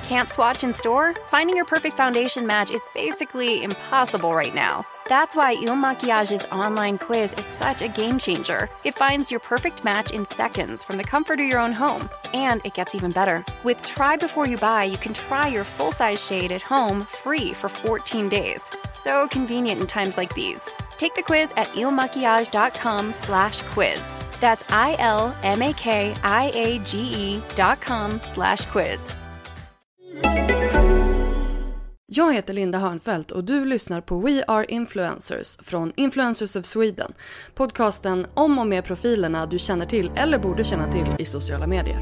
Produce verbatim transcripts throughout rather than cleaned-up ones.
Can't swatch in store? Finding your perfect foundation match is basically impossible right now. That's why Il Maquillage's online quiz is such a game changer. It finds your perfect match in seconds from the comfort of your own home. And it gets even better. With Try Before You Buy, you can try your full-size shade at home free for fourteen days. So convenient in times like these. Take the quiz at ilmaquillage.com slash quiz. That's I-L-M-A-K-I-A-G-E dot com slash quiz. Jag heter Linda Hörnfeldt och du lyssnar på We Are Influencers från Influencers of Sweden. Podcasten om och med profilerna du känner till eller borde känna till i sociala medier.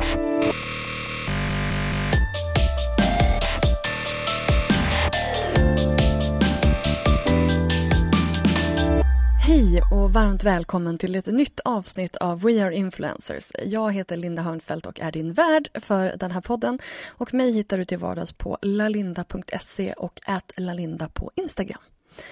Hej och varmt välkommen till ett nytt avsnitt av We Are Influencers. Jag heter Linda Hörnfeldt och är din värd för den här podden. Och mig hittar du till vardags på lalinda punkt se och at lalinda på Instagram.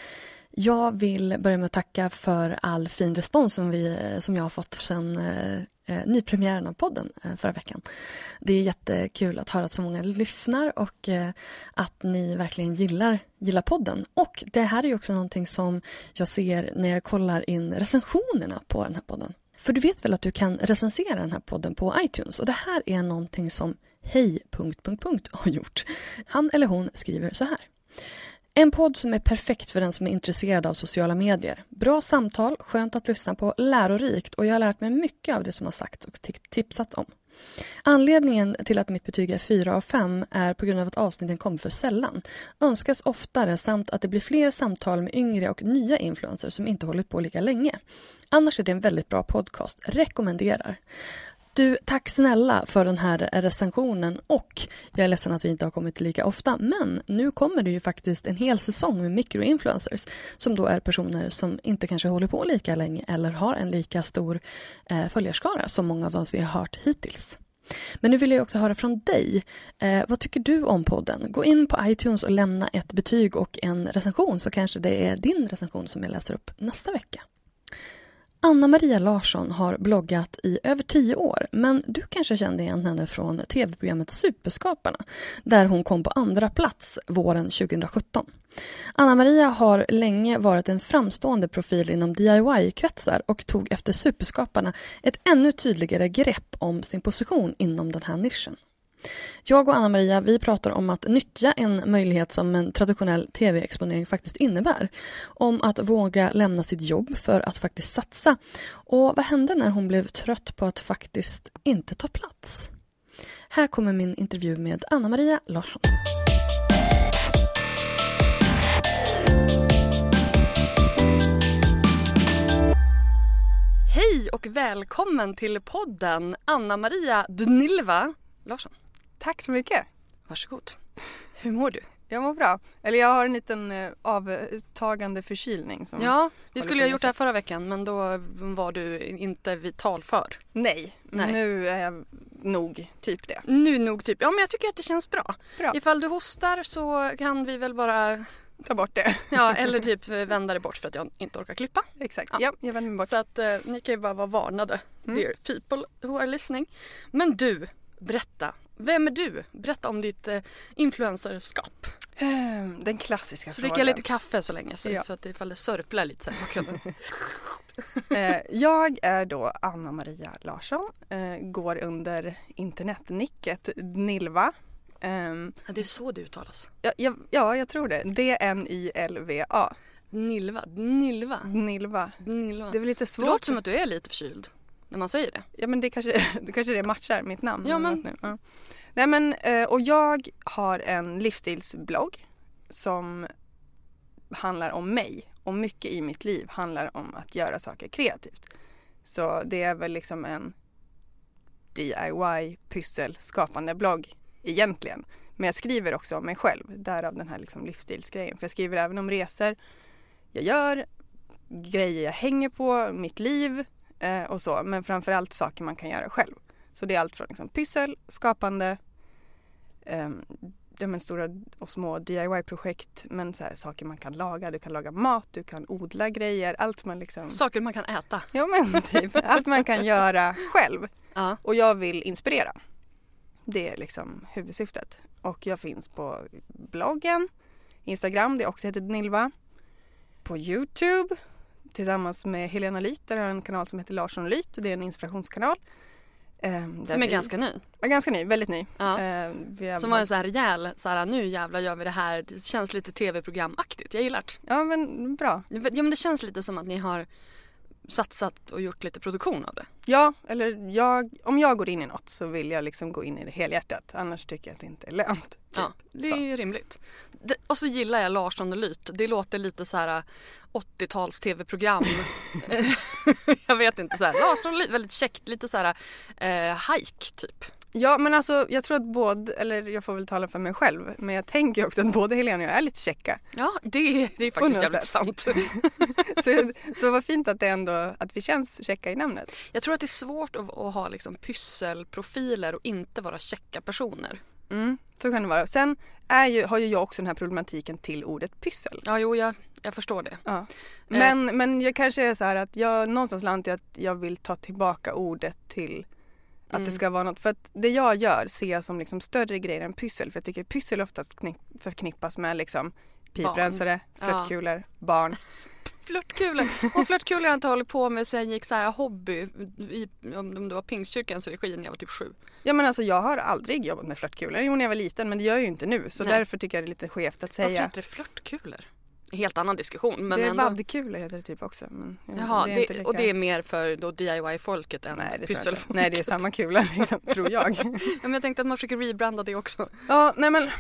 Jag vill börja med att tacka för all fin respons som, vi, som jag har fått sedan eh, nypremiären av podden eh, förra veckan. Det är jättekul att höra att så många lyssnar och eh, att ni verkligen gillar, gillar podden. Och det här är ju också någonting som jag ser när jag kollar in recensionerna på den här podden. För du vet väl att du kan recensera den här podden på iTunes. Och det här är någonting som hej... har gjort. Han eller hon skriver så här. En podd som är perfekt för den som är intresserad av sociala medier. Bra samtal, skönt att lyssna på, lärorikt och jag har lärt mig mycket av det som har sagts och tipsat om. Anledningen till att mitt betyg är fyra av fem är på grund av att avsnitten kommer för sällan. Önskas oftare samt att det blir fler samtal med yngre och nya influencers som inte hållit på lika länge. Annars är det en väldigt bra podcast. Rekommenderar. Du, tack snälla för den här recensionen och jag är ledsen att vi inte har kommit lika ofta. Men nu kommer det ju faktiskt en hel säsong med mikroinfluencers som då är personer som inte kanske håller på lika länge eller har en lika stor eh, följarskara som många av dem vi har hört hittills. Men nu vill jag också höra från dig. Eh, vad tycker du om podden? Gå in på iTunes och lämna ett betyg och en recension så kanske det är din recension som jag läser upp nästa vecka. Anna-Maria Larsson har bloggat i över tio år, men du kanske kände igen henne från tv-programmet Superskaparna, där hon kom på andra plats våren tjugohundrasjutton. Anna-Maria har länge varit en framstående profil inom D I Y-kretsar och tog efter Superskaparna ett ännu tydligare grepp om sin position inom den här nischen. Jag och Anna-Maria, vi pratar om att nyttja en möjlighet som en traditionell tv-exponering faktiskt innebär. Om att våga lämna sitt jobb för att faktiskt satsa. Och vad hände när hon blev trött på att faktiskt inte ta plats? Här kommer min intervju med Anna-Maria Larsson. Hej och välkommen till podden Anna-Maria Dnilva Larsson. Tack så mycket. Varsågod. Hur mår du? Jag mår bra. Eller jag har en liten uh, avtagande förkylning. Som ja, vi skulle ha gjort det här förra veckan men då var du inte vital för. Nej, Nej. Nu är jag nog typ det. Nu nog typ. Ja, men jag tycker att det känns bra. bra. Ifall du hostar så kan vi väl bara ta bort det. Ja, eller typ vända det bort för att jag inte orkar klippa. Exakt, ja, ja jag vänder mig bort. Så att uh, ni kan ju bara vara varnade, mm. dear people who are listening. Men du, berätta. Vem är du? Berätta om ditt eh, influencerskap. Den klassiska så frågan. Så dricker jag lite kaffe så länge så, ja. för att ifall det sörplar lite så här. eh, Jag är då Anna-Maria Larsson. Eh, går under internetnicket Dnilva. Eh, ja, det är så det uttalas. Ja, ja, ja, jag tror det. D N I L V A. Dnilva. Dnilva. Dnilva. Dnilva. Det är väl lite svårt. Det låter som att du är lite förkyld. När man säger det. Ja, men det kanske, det kanske det matchar mitt namn. Ja, men... nu. Ja. Nej, men, och jag har en livsstilsblogg som handlar om mig. Och mycket i mitt liv handlar om att göra saker kreativt. Så det är väl liksom en D I Y-pyssel skapande blogg egentligen. Men jag skriver också om mig själv. Därav den här liksom livsstilsgrejen. För jag skriver även om resor jag gör. Grejer jag hänger på. Mitt liv. Eh, och så. Men framförallt saker man kan göra själv. Så det är allt från liksom pyssel, skapande. Eh, de stora och små D I Y-projekt. Men så här, saker man kan laga. Du kan laga mat. Du kan odla grejer. Allt man liksom... Saker man kan äta. Ja, men typ. Allt man kan göra själv. Ja. Och jag vill inspirera. Det är liksom huvudsyftet. Och jag finns på bloggen, Instagram, det också heter Nilva. På YouTube tillsammans med Helena Lyth, där jag har en kanal som heter Larsson Lyth. Det är en inspirationskanal. Eh, som är vi, ganska ny. Ja, ganska ny, väldigt ny. Ja. Eh, vi har som var en så här rejäl, så här, nu jävlar gör vi det här. Det känns lite tv-programaktigt, jag gillar det. Ja, men bra. Ja, men det känns lite som att ni har satsat och gjort lite produktion av det. Ja, eller jag, om jag går in i något så vill jag liksom gå in i det helhjärtat. Annars tycker jag att det inte är lönt. Typ. Ja, det är ju rimligt. Det, och så gillar jag Larsson och Lyth. Det låter lite så här åttio-tals tv-program. Jag vet inte, så här. Larsson och Lyth, väldigt käckt. Lite så här eh, hike typ. Ja, men alltså jag tror att både, eller jag får väl tala för mig själv, men jag tänker också att både Helena och jag är lite käcka. Ja, det, det är faktiskt jävligt sant. så, så vad fint att det ändå, att vi känns käcka i namnet. Jag tror att det är svårt att, att ha liksom pysselprofiler och inte vara käcka personer. Mm, så kan det vara. Sen är ju, har ju jag också den här problematiken till ordet pyssel. Ja, jo, jag, jag förstår det. Ja. Men, eh. men jag kanske är så här att jag någonstans landar att jag vill ta tillbaka ordet till att mm. det ska vara något. För att det jag gör ser jag som liksom större grejer än pyssel. För jag tycker pyssel oftast knipp, förknippas med liksom piprensare, flörtkulor, ja. barn. Flörtkulor. Och flörtkulor har jag inte hållit på med sen jag gick så här hobby i, om det var Pingstkyrkans regi när jag var typ sju. Ja, men alltså jag har aldrig jobbat med flörtkulor. Jo, när jag var liten, men det gör jag ju inte nu. Så Nej. därför tycker jag det är lite skevt att säga. Varför heter det flörtkulor? Helt annan diskussion. Men det är ändå... vaddkulor heter det typ också. Men Jaha, det är det, lika... och det är mer för då D I Y-folket än Nej, pysselfolket. Nej, det är samma kula liksom, tror jag. Ja, men jag tänkte att man försöker rebranda det också. Ja, nej men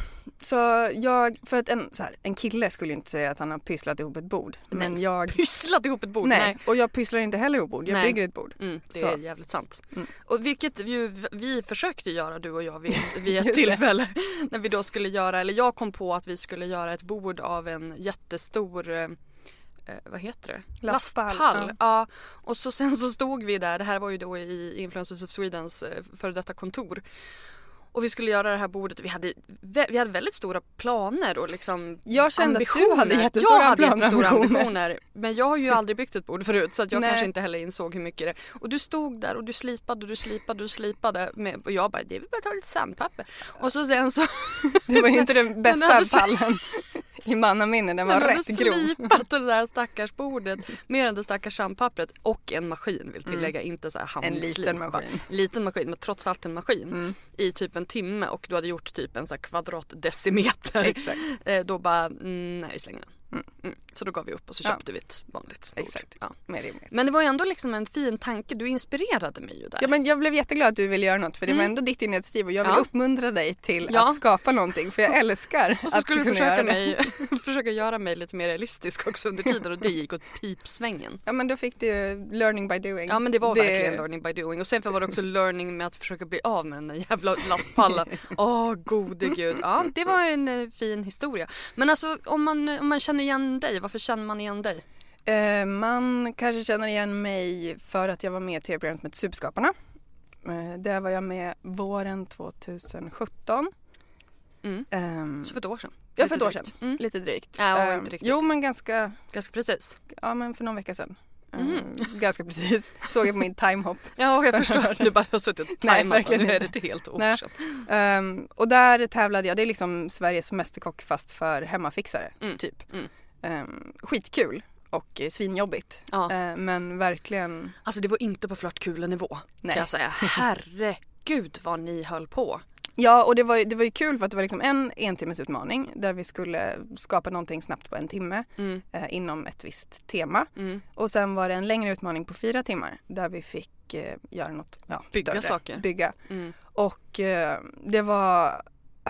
så jag, för att en, så här, en kille skulle inte säga att han har pysslat ihop ett bord. Men nej, jag... pysslat ihop ett bord? Nej, nej. och jag pysslar inte heller ihop bord. Jag nej. bygger ett bord. Mm, det så. är jävligt sant. Mm. Och vilket vi, vi försökte göra, du och jag, vid, vid ett tillfälle. När vi då skulle göra, eller jag kom på att vi skulle göra ett bord av en jättestor... Eh, vad heter det? Lastpall. Lastpall. Ja. Ja. Och så sen så stod vi där, det här var ju då i Influencers of Swedens före detta kontor. Och vi skulle göra det här bordet. Vi hade, vi hade väldigt stora planer och liksom jag kände ambitioner. Att du hade jättestora, jag hade planer, jättestora ambitioner. Men jag har ju aldrig byggt ett bord förut så att jag Nej. kanske inte heller insåg hur mycket det. Och du stod där och du slipade och du slipade och du slipade. Med, och jag bara, det är bara ta lite sandpapper. Och så sen så... Det var ju inte den bästa pallen. I mannaminne, den var den rätt grov. Den hade slipat det där stackars bordet mer än det stackars sandpappret och en maskin vill tillägga, mm. inte så här handslipa. En liten maskin. Liten maskin, men trots allt en maskin mm. i typ en timme och du hade gjort typ en så här kvadratdecimeter. Exakt. Eh, då bara, mm, nej vi slänger den. Mm. Mm. Så då gav vi upp och så ja. köpte vi ett vanligt bord. Exakt, ja. mer rimligt. Men det var ju ändå liksom en fin tanke, du inspirerade mig ju där. Ja, men jag blev jätteglad att du ville göra något för det mm. var ändå ditt initiativ och jag vill ja. uppmuntra dig till ja. att skapa någonting för jag älskar och så att skulle du du försöka, försöka, mig, försöka göra mig lite mer realistisk också under tiden och det gick åt pipsvängen. Ja, men då fick du learning by doing. Ja, men det var det... verkligen learning by doing. Och sen var det också learning med att försöka bli av med den där jävla lastpallen. Åh, oh, gode gud. Ja, det var en eh, fin historia. Men alltså, om man, om man känner igen dig, varför känner man igen dig? Eh, man kanske känner igen mig för att jag var med i tv-programmet med Superskaparna. Eh, där var jag med våren tjugosjutton. Mm. Um, Så för ett år sedan? Ja, för ett år sedan. Mm. Lite drygt. Ja, um, inte riktigt. Jo, men ganska... Ganska precis. Ja, men för någon vecka sedan. Mm. Um, ganska precis. Såg jag på min timehop. Ja, jag förstår. Du bara har suttit och Nej, tajmat. Nu är det ett helt år sedan. Um, och där tävlade jag. Det är liksom Sveriges mästerkock fast för hemmafixare, mm. typ. Mm. Um, skitkul. Och svinjobbigt. Ja. Uh, men verkligen... Alltså det var inte på flörtkulenivå. Nej. Kan jag säga. Herregud vad ni höll på. Ja, och det var, det var ju kul för att det var liksom en entimmes utmaning där vi skulle skapa någonting snabbt på en timme mm. eh, inom ett visst tema. Mm. Och sen var det en längre utmaning på fyra timmar där vi fick eh, göra något ja, Bygga större. saker. Bygga. Mm. Och eh, det var...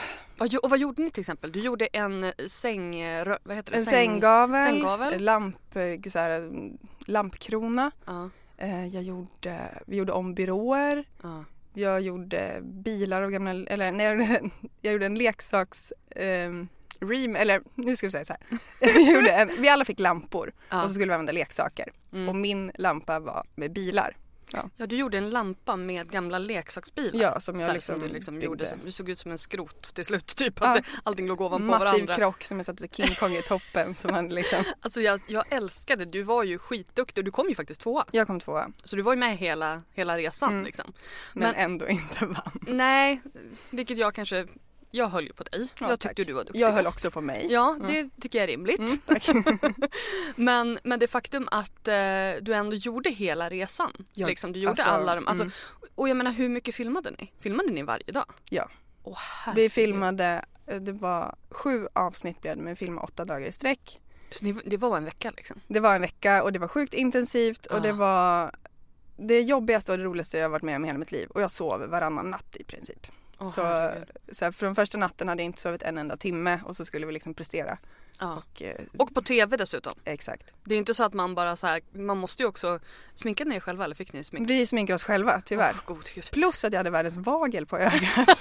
Och vad gjorde ni till exempel? Du gjorde en säng... Vad heter det? En säng... sänggavel, sänggavel. Lamp, så här, lampkrona. Uh. Eh, jag gjorde, vi gjorde om byråer. Uh. Jag gjorde bilar av gamla, eller nej, jag gjorde, jag gjorde en leksaks eh, rem, eller nu ska vi säga så här. Jag gjorde en, vi alla fick lampor ja. och så skulle vi använda leksaker. Mm. Och min lampa var med bilar. Ja. Ja, du gjorde en lampa med gamla leksaksbilar. Ja, som jag så liksom, som du liksom byggde. gjorde. Som, du såg ut som en skrot till slut. Typ Ja. att det, allting låg ovanpå Massiv varandra. krock som jag satte King Kong i toppen. Som man liksom... Alltså jag, jag älskade, du var ju skitduktig. Du kom ju faktiskt tvåa. Jag kom tvåa. Så du var ju med hela, hela resan Mm. liksom. Men, men ändå inte vann. Nej, vilket jag kanske... Jag höll ju på dig. Ja, jag tyckte tack. du var duktigast. Jag höll också på mig. Ja, Mm. det tycker jag är rimligt. Mm, tack. men, men det faktum att eh, du ändå gjorde hela resan. Ja, liksom, du gjorde alltså, alla de... Alltså, mm. Och jag menar, hur mycket filmade ni? Filmade ni varje dag? Ja. Åh, Vi filmade, det var sju avsnitt blev det, men vi filmade åtta dagar i sträck. Så ni, det var en vecka liksom? Det var en vecka och det var sjukt intensivt och Ah. det var det jobbigaste och det roligaste jag har varit med om i hela mitt liv. Och jag sov varannan natt i princip. Åh, så herregud. så här, från första natten hade jag inte sovit en enda timme och så skulle vi liksom prestera. Ja. Och, eh, Och på tv dessutom. exakt. Det är inte så att man bara så här, man måste ju också... Sminkade ni er själva eller fick ni smink? Vi sminkade oss själva, tyvärr. Åh, god gud. Plus att jag hade världens vagel på ögat.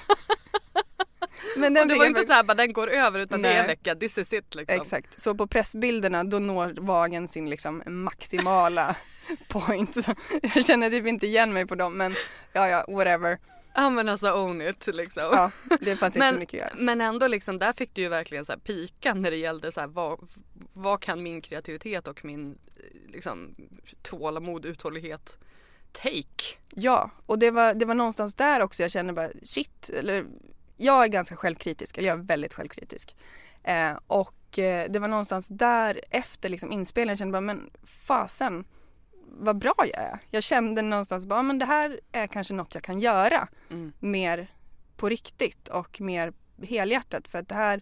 Men den Och det fick var jag inte för- så här, bara den går över utan det är en Nej. vecka, this is it liksom. Exakt, så på pressbilderna då når vagen sin liksom maximala point. Så jag känner typ inte igen mig på dem, men ja ja, whatever. Ja men alltså own it liksom. Ja, det fanns inte så Men, mycket att göra. men ändå liksom, där fick du ju verkligen så här pika när det gällde så här, vad, vad kan min kreativitet och min liksom, tålamod, uthållighet take? Ja, och det var, det var någonstans där också jag kände bara shit, eller jag är ganska självkritisk, eller jag är väldigt självkritisk. Eh, och eh, det var någonstans där efter liksom inspelningen jag kände bara men fasen vad bra jag är. Jag kände någonstans bara men det här är kanske något jag kan göra Mm. mer på riktigt och mer helhjärtat för att det här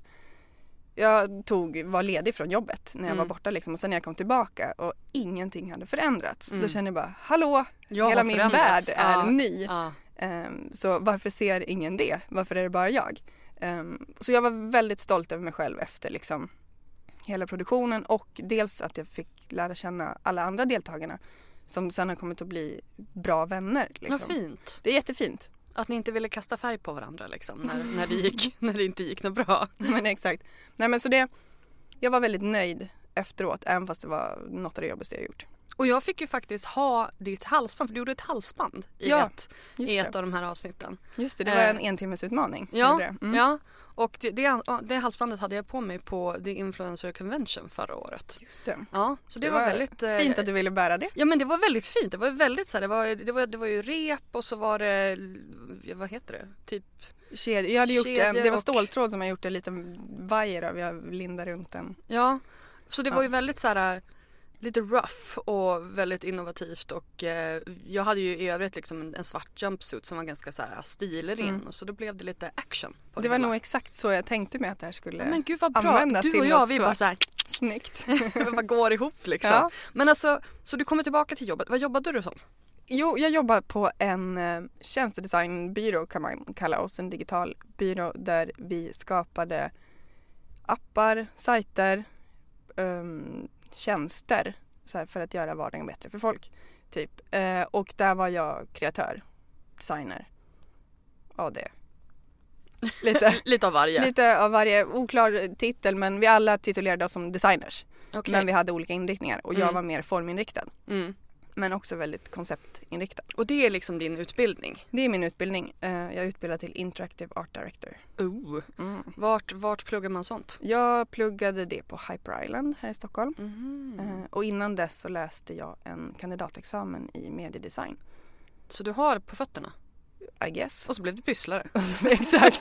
jag tog, var ledig från jobbet när jag Mm. var borta liksom, och sen när jag kom tillbaka och ingenting hade förändrats. Mm. Då kände jag bara hallå, Jag hela har min förändrats. värld är Ja. ny. Ja. Um, så varför ser ingen det? Varför är det bara jag? Um, så jag var väldigt stolt över mig själv efter liksom hela produktionen och dels att jag fick lära känna alla andra deltagarna som sen har kommit att bli bra vänner. Liksom. Vad fint. Det är jättefint. Att ni inte ville kasta färg på varandra liksom, när, när, det gick, när det inte gick något bra. Men exakt. Nej, men så det, jag var väldigt nöjd efteråt, även fast det var något av det jobbigaste jag gjort. Och jag fick ju faktiskt ha ditt halsband, för du gjorde ett halsband i, Ja, ett, just i det. ett av de här avsnitten. Just det, det var Eh, en entimmesutmaning. Ja, Det. Mm. ja. Och det, det, det halsbandet hade jag på mig på The Influencer Convention förra året. Just det. Ja, så det, var, väldigt... eh, fint att du ville bära det. Ja men det var väldigt fint. Det var väldigt så här, det var, det var, det var ju rep och så var det, ja, vad heter det? Typ... Kedjor. Jag hade gjort en, Kedjor det var och- ståltråd som jag gjort en liten vajer av. Jag lindade runt den. Ja, så det Ja. var ju väldigt så här lite rough och väldigt innovativt och eh, jag hade ju i övrigt liksom en, en svart jumpsuit som var ganska så här stilren Mm. och så då blev det lite action på Det var hela. nog exakt så jag tänkte mig att det här skulle Ja, men gud vad bra, användas du till och jag något vi så bara så här, snyggt. vi bara går ihop liksom. Ja. Men alltså, så du kommer tillbaka till jobbet, vad jobbade du som? Jo, jag jobbar på en eh, tjänstedesignbyrå kan man kalla oss, en digital byrå där vi skapade appar, sajter, um, tjänster så här, för att göra vardagen bättre för folk. Typ. Eh, och där var jag kreatör, designer, A D. Lite, Lite av varje. lite av varje oklar titel, men vi alla titulerade oss som designers. Okej. Men vi hade olika inriktningar och jag Mm. var mer forminriktad. Mm. Men också väldigt konceptinriktad. Och det är liksom din utbildning? Det är min utbildning. Eh, Jag är utbildad till Interactive Art Director. Oh. Mm. Vart, vart pluggar man sånt? Jag pluggade det på Hyper Island här i Stockholm. Mhm. Eh, Och innan dess så läste jag en kandidatexamen i mediedesign. Så du har på fötterna? I guess. Och så blev du pysslare? Exakt.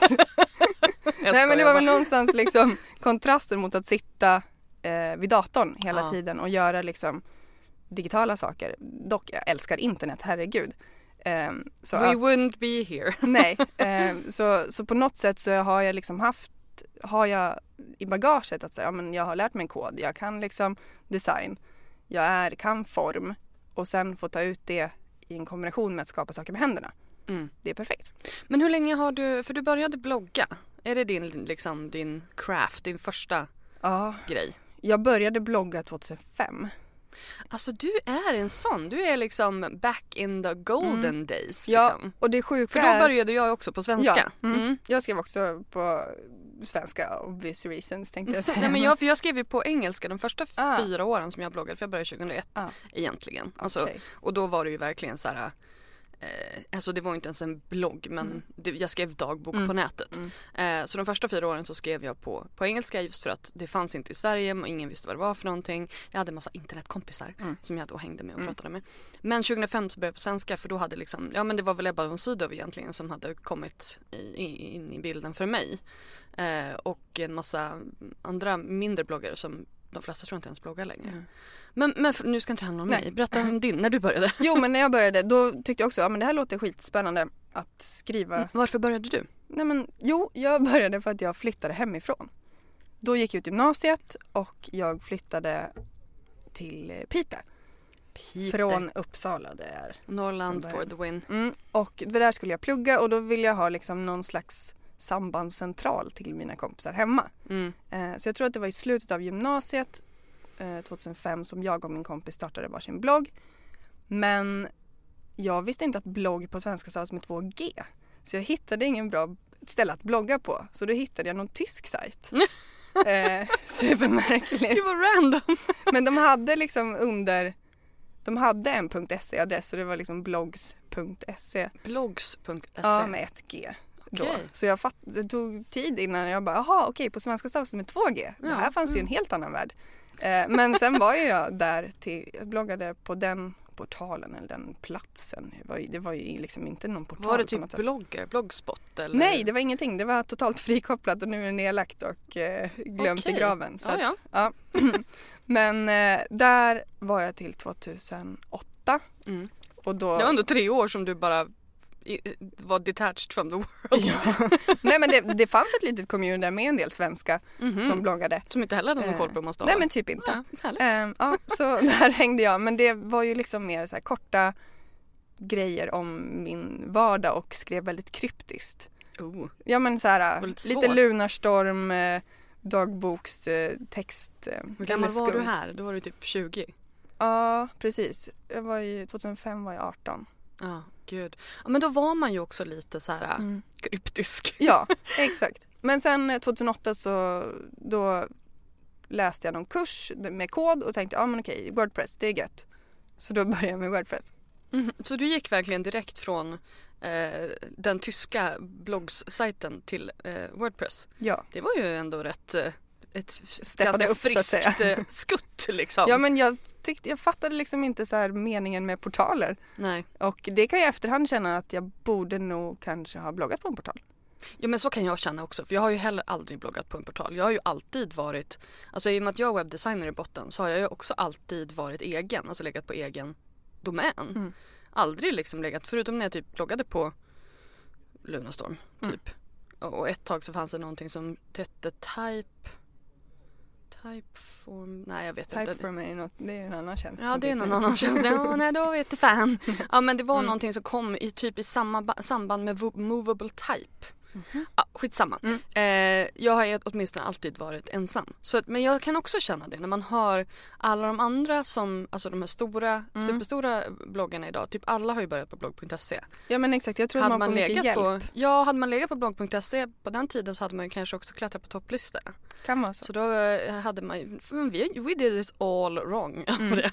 Jag Nej, men det skojar var väl bara. någonstans liksom kontrasten mot att sitta eh, vid datorn hela Ja. tiden och göra liksom digitala saker. Dock, jag älskar internet, herregud. Eh, så We att, wouldn't be here. nej, eh, så, så på något sätt så har jag liksom haft, har jag i bagaget att säga, ja, men jag har lärt mig en kod, jag kan liksom design, jag är, kan form och sen få ta ut det i en kombination med att skapa saker med händerna. Mm. Det är perfekt. Men hur länge har du, för du började blogga. Är det din, liksom, din craft, din första Ja, grej? jag började blogga tjugohundrafem. Alltså du är en sån. Du är liksom back in the golden mm. days. Ja, liksom. Och det sjuka För då är... började jag också på svenska. Ja, mm. Mm. Jag skrev också på svenska, obvious reasons tänkte jag säga. Nej, men jag, för jag skrev ju på engelska de första ah. fyra åren som jag bloggade. För jag började tjugohundraett ah. egentligen. Alltså, okay. Och då var det ju verkligen så här... Eh, alltså det var inte ens en blogg, men mm. det, jag skrev dagbok mm. på nätet. Mm. Eh, så de första fyra åren så skrev jag på, på engelska just för att det fanns inte i Sverige och ingen visste vad det var för någonting. Jag hade en massa internetkompisar mm. som jag då hängde med och mm. pratade med. Men tjugohundrafem så började jag på svenska för då hade liksom, ja men det var väl Ebba von Sydow egentligen som hade kommit i, i, in i bilden för mig. Eh, och en massa andra mindre bloggare som de flesta tror inte ens bloggar längre. Mm. Men, men nu ska inte handla om mig. Berätta om din, när du började. Jo, men när jag började, då tyckte jag också, ja men det här låter skitspännande att skriva. Varför började du? Nej men, jo, jag började för att jag flyttade hemifrån. Då gick jag ut gymnasiet och jag flyttade till Piteå. Piteå. Från Uppsala, det är. Norrland for the win. Mm, och det där skulle jag plugga och då ville jag ha liksom någon slags sambandscentral till mina kompisar hemma. Mm. Eh, så jag tror att det var i slutet av gymnasiet eh, tjugohundrafem som jag och min kompis startade varsin blogg. Men jag visste inte att blogg på svenska stavas med två G. Så jag hittade ingen bra ställe att blogga på. Så då hittade jag någon tysk sajt. eh, supermärkligt. Det var random. Men de hade liksom under... De hade en .se-adress och det var liksom blogs punkt se. Blogs punkt se? Ja, med ett G. Då. Så jag fatt, det tog tid innan jag bara, jaha okej, okay, på svenska stavas det med två G. Ja. Det här fanns ju en helt annan värld. Eh, men sen var ju jag där till, jag bloggade på den portalen eller den platsen. Det var ju, det var ju liksom inte någon portal. Var det typ blogger, bloggspot? Eller? Nej, det var ingenting. Det var totalt frikopplat och nu är det nedlagt och eh, glömt okay. i graven. Så ja, att, ja. Men eh, där var jag till tjugohundraåtta. Mm. Och då... Det var ändå tre år som du bara var detached from the world. Ja. Nej men det, det fanns ett litet community där med en del svenska mm-hmm. som bloggade. Som inte heller hade någon koll på man Nej men typ inte. Ja, um, ja, så där hängde jag. Men det var ju liksom mer så här korta grejer om min vardag och skrev väldigt kryptiskt. Oh. Ja men så här lite, lite lunarstorm, eh, dagbokstext. Eh, Hur gammal var du här? Då var du typ tjugo. Ja, precis. Jag var ju, tjugohundrafem var jag arton. Ja, gud. Ja, men då var man ju också lite så här mm. kryptisk. Ja, exakt. Men sen tjugohundraåtta så då läste jag någon kurs med kod och tänkte, ja men okej, Wordpress, det är gött. Så då började jag med Wordpress. Mm, så du gick verkligen direkt från eh, den tyska bloggssajten till eh, Wordpress? Ja. Det var ju ändå rätt... Eh, ett Steppade ganska upp, friskt skutt liksom. Ja men jag tyckte, jag fattade liksom inte så här meningen med portaler. Nej. Och det kan jag i efterhand känna att jag borde nog kanske ha bloggat på en portal. Ja men så kan jag känna också, för jag har ju heller aldrig bloggat på en portal. Jag har ju alltid varit, alltså i och med att jag är webbdesigner i botten så har jag ju också alltid varit egen, alltså legat på egen domän. Mm. Aldrig liksom legat, förutom när jag typ bloggade på Lunarstorm typ. Mm. Och ett tag så fanns det någonting som hette Type... Typeform, nej jag vet Typeform inte. Typeform är något, det är en annan tjänst. Ja, det är någon annan tjänst. Ja, nej, då vet jag fan. Ja, men det var mm. någonting som kom i typ i samma samband med movable type. Mm-hmm. Ja, skitsamma. Mm. Eh, jag har åtminstone alltid varit ensam. Så, men jag kan också känna det när man hör alla de andra som, alltså de här stora, mm. superstora bloggarna idag. Typ alla har ju börjat på blogg punkt se. Ja men exakt, jag tror att man, man får mycket hjälp. På, ja, hade man legat på blogg punkt se på den tiden så hade man ju kanske också klättrat på topplistor. Kan man så. Så då hade man ju, we, we did this all wrong. Mm.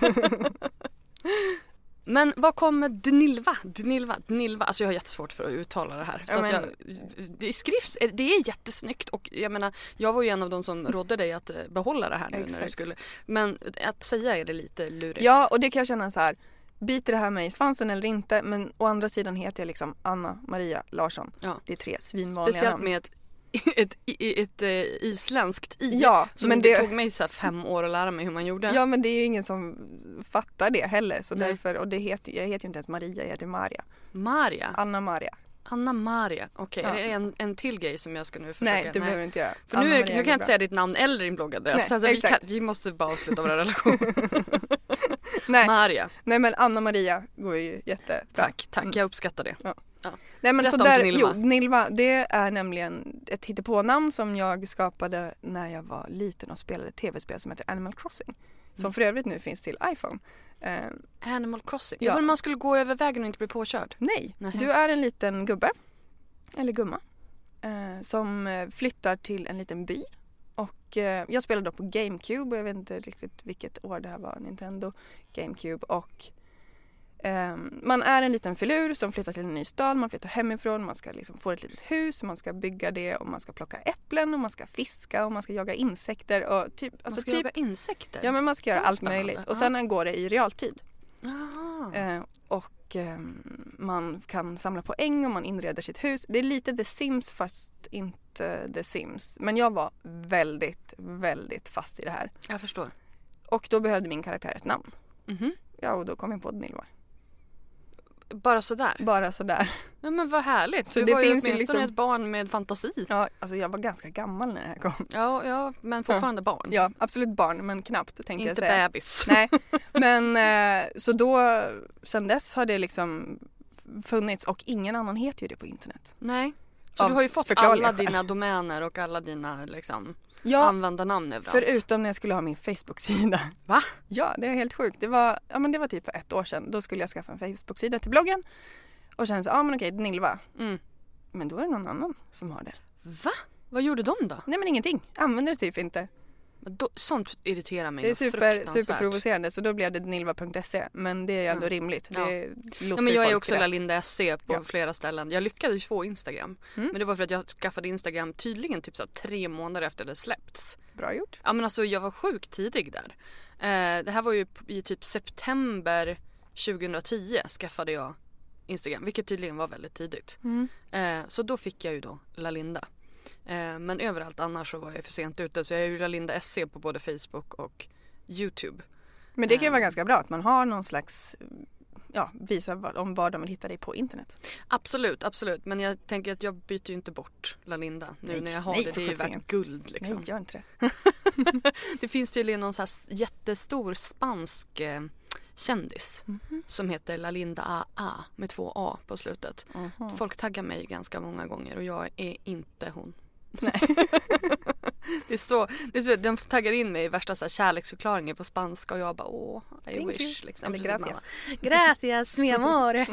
Men vad kommer Dnilva? Dnilva, Dnilva. Alltså jag har jättesvårt för att uttala det här. Så ja, men... att jag, det skrivs, det är jättesnyggt och jag menar, jag var ju en av de som rådde dig att behålla det här nu när du skulle. Men att säga är det lite lurigt. Ja, och det kan jag känna så här, biter det här mig i svansen eller inte? Men å andra sidan heter jag liksom Anna Maria Larsson. Ja. Det är tre svinvanliga Speciellt namn. med ett Ett, ett, ett, ett isländskt i ja, som men det det tog mig så här fem år att lära mig hur man gjorde. Ja, men det är ju ingen som fattar det heller. Så därför, och det heter, jag heter ju inte ens Maria, jag heter Maria. Maria? Anna Maria. Anna Maria, okej. Okay. Ja. Är det en, en till grej som jag ska nu försöka? Nej, det behöver inte göra. För nu, nu kan jag inte säga ditt namn eller din bloggadress. Nej, alltså, vi, kan, vi måste bara avsluta våra relation. Nej. Maria. Nej, men Anna Maria går ju jättebra. Tack, tack. Jag uppskattar det. Ja. Ja. Nej, men så där, Dnilva. Jo, Dnilva, det är nämligen ett hittepånamn som jag skapade när jag var liten och spelade ett tv-spel som heter Animal Crossing. som mm. för övrigt nu finns till iPhone. Eh, Animal Crossing? Ja. Ja. Man skulle gå över vägen och inte bli påkörd? Nej, Nej. Du är en liten gubbe, eller gumma, eh, som flyttar till en liten by. Och eh, jag spelade då på GameCube och jag vet inte riktigt vilket år det här var, Nintendo GameCube. Och eh, man är en liten filur som flyttar till en ny stad, man flyttar hemifrån, man ska liksom få ett litet hus, man ska bygga det och man ska plocka äpplen och man ska fiska och man ska jaga insekter. Och typ, alltså man ska typ, jaga insekter? Ja, men man ska göra allt spännande. möjligt. Och sen går det i realtid. Aha. Eh, och eh, man kan samla poäng och man inreder sitt hus. Det är lite The Sims fast inte The Sims. Men jag var väldigt, väldigt fast i det här. Jag förstår. Och då behövde min karaktär ett namn. Mm-hmm. Ja, och då kom jag på Nilva. Bara sådär? Bara sådär. Ja, men vad härligt. Så du det var ju finns åtminstone liksom... ett barn med fantasi. Ja, alltså jag var ganska gammal när det här kom. Ja, ja men fortfarande ja. barn. Ja, absolut barn, men knappt tänkte inte jag säga. Inte bebis. Nej, men eh, så då, sen dess har det liksom funnits och ingen annan heter ju det på internet. Nej, så Av du har ju fått alla dina domäner och alla dina liksom... Ja, användarnamn överallt. Förutom när jag skulle ha min Facebook-sida. Va? Ja, det är helt sjukt. Det var, ja, men det var typ för ett år sedan. Då skulle jag skaffa en Facebook-sida till bloggen. Och sen så, ja men okej, Nilva. Mm. Men då är det någon annan som har det. Va? Vad gjorde de då? Nej men ingenting. Använder det typ inte. Men då, sånt irriterar mig. Det är super, superprovocerande. Så då blev det nilva punkt se. Men det är ändå mm. rimligt. Ja. Det ja, men jag är också lalinda.se på ja. flera ställen. Jag lyckades få Instagram. Mm. Men det var för att jag skaffade Instagram tydligen typ så tre månader efter det släppts. Bra gjort. Ja men alltså jag var sjukt tidig där. Eh, det här var ju i typ september tjugohundratio skaffade jag Instagram. Vilket tydligen var väldigt tidigt. Mm. Eh, så då fick jag ju då Lalinda. Eh, men överallt annars så var jag för sent ute. Så jag är ju Lalinda.se på både Facebook och YouTube. Men det kan ju vara ganska bra att man har någon slags, ja, visa vad, om vad de vill hitta dig på internet. Absolut, absolut. Men jag tänker att jag byter ju inte bort Lalinda nu nej, när jag har nej, det. Det är ju värt guld liksom. Nej, gör inte det. Det finns tydligen någon så här jättestor spansk eh, kändis mm-hmm. som heter Lalinda A A med två A på slutet. Mm-hmm. Folk taggar mig ganska många gånger och jag är inte hon. Nej. det är så, det är så de taggar in mig i värsta så här kärleksförklaringar på spanska och jag bara åh, I Thank wish liksom. Eller gracias. Gracias, mi amor.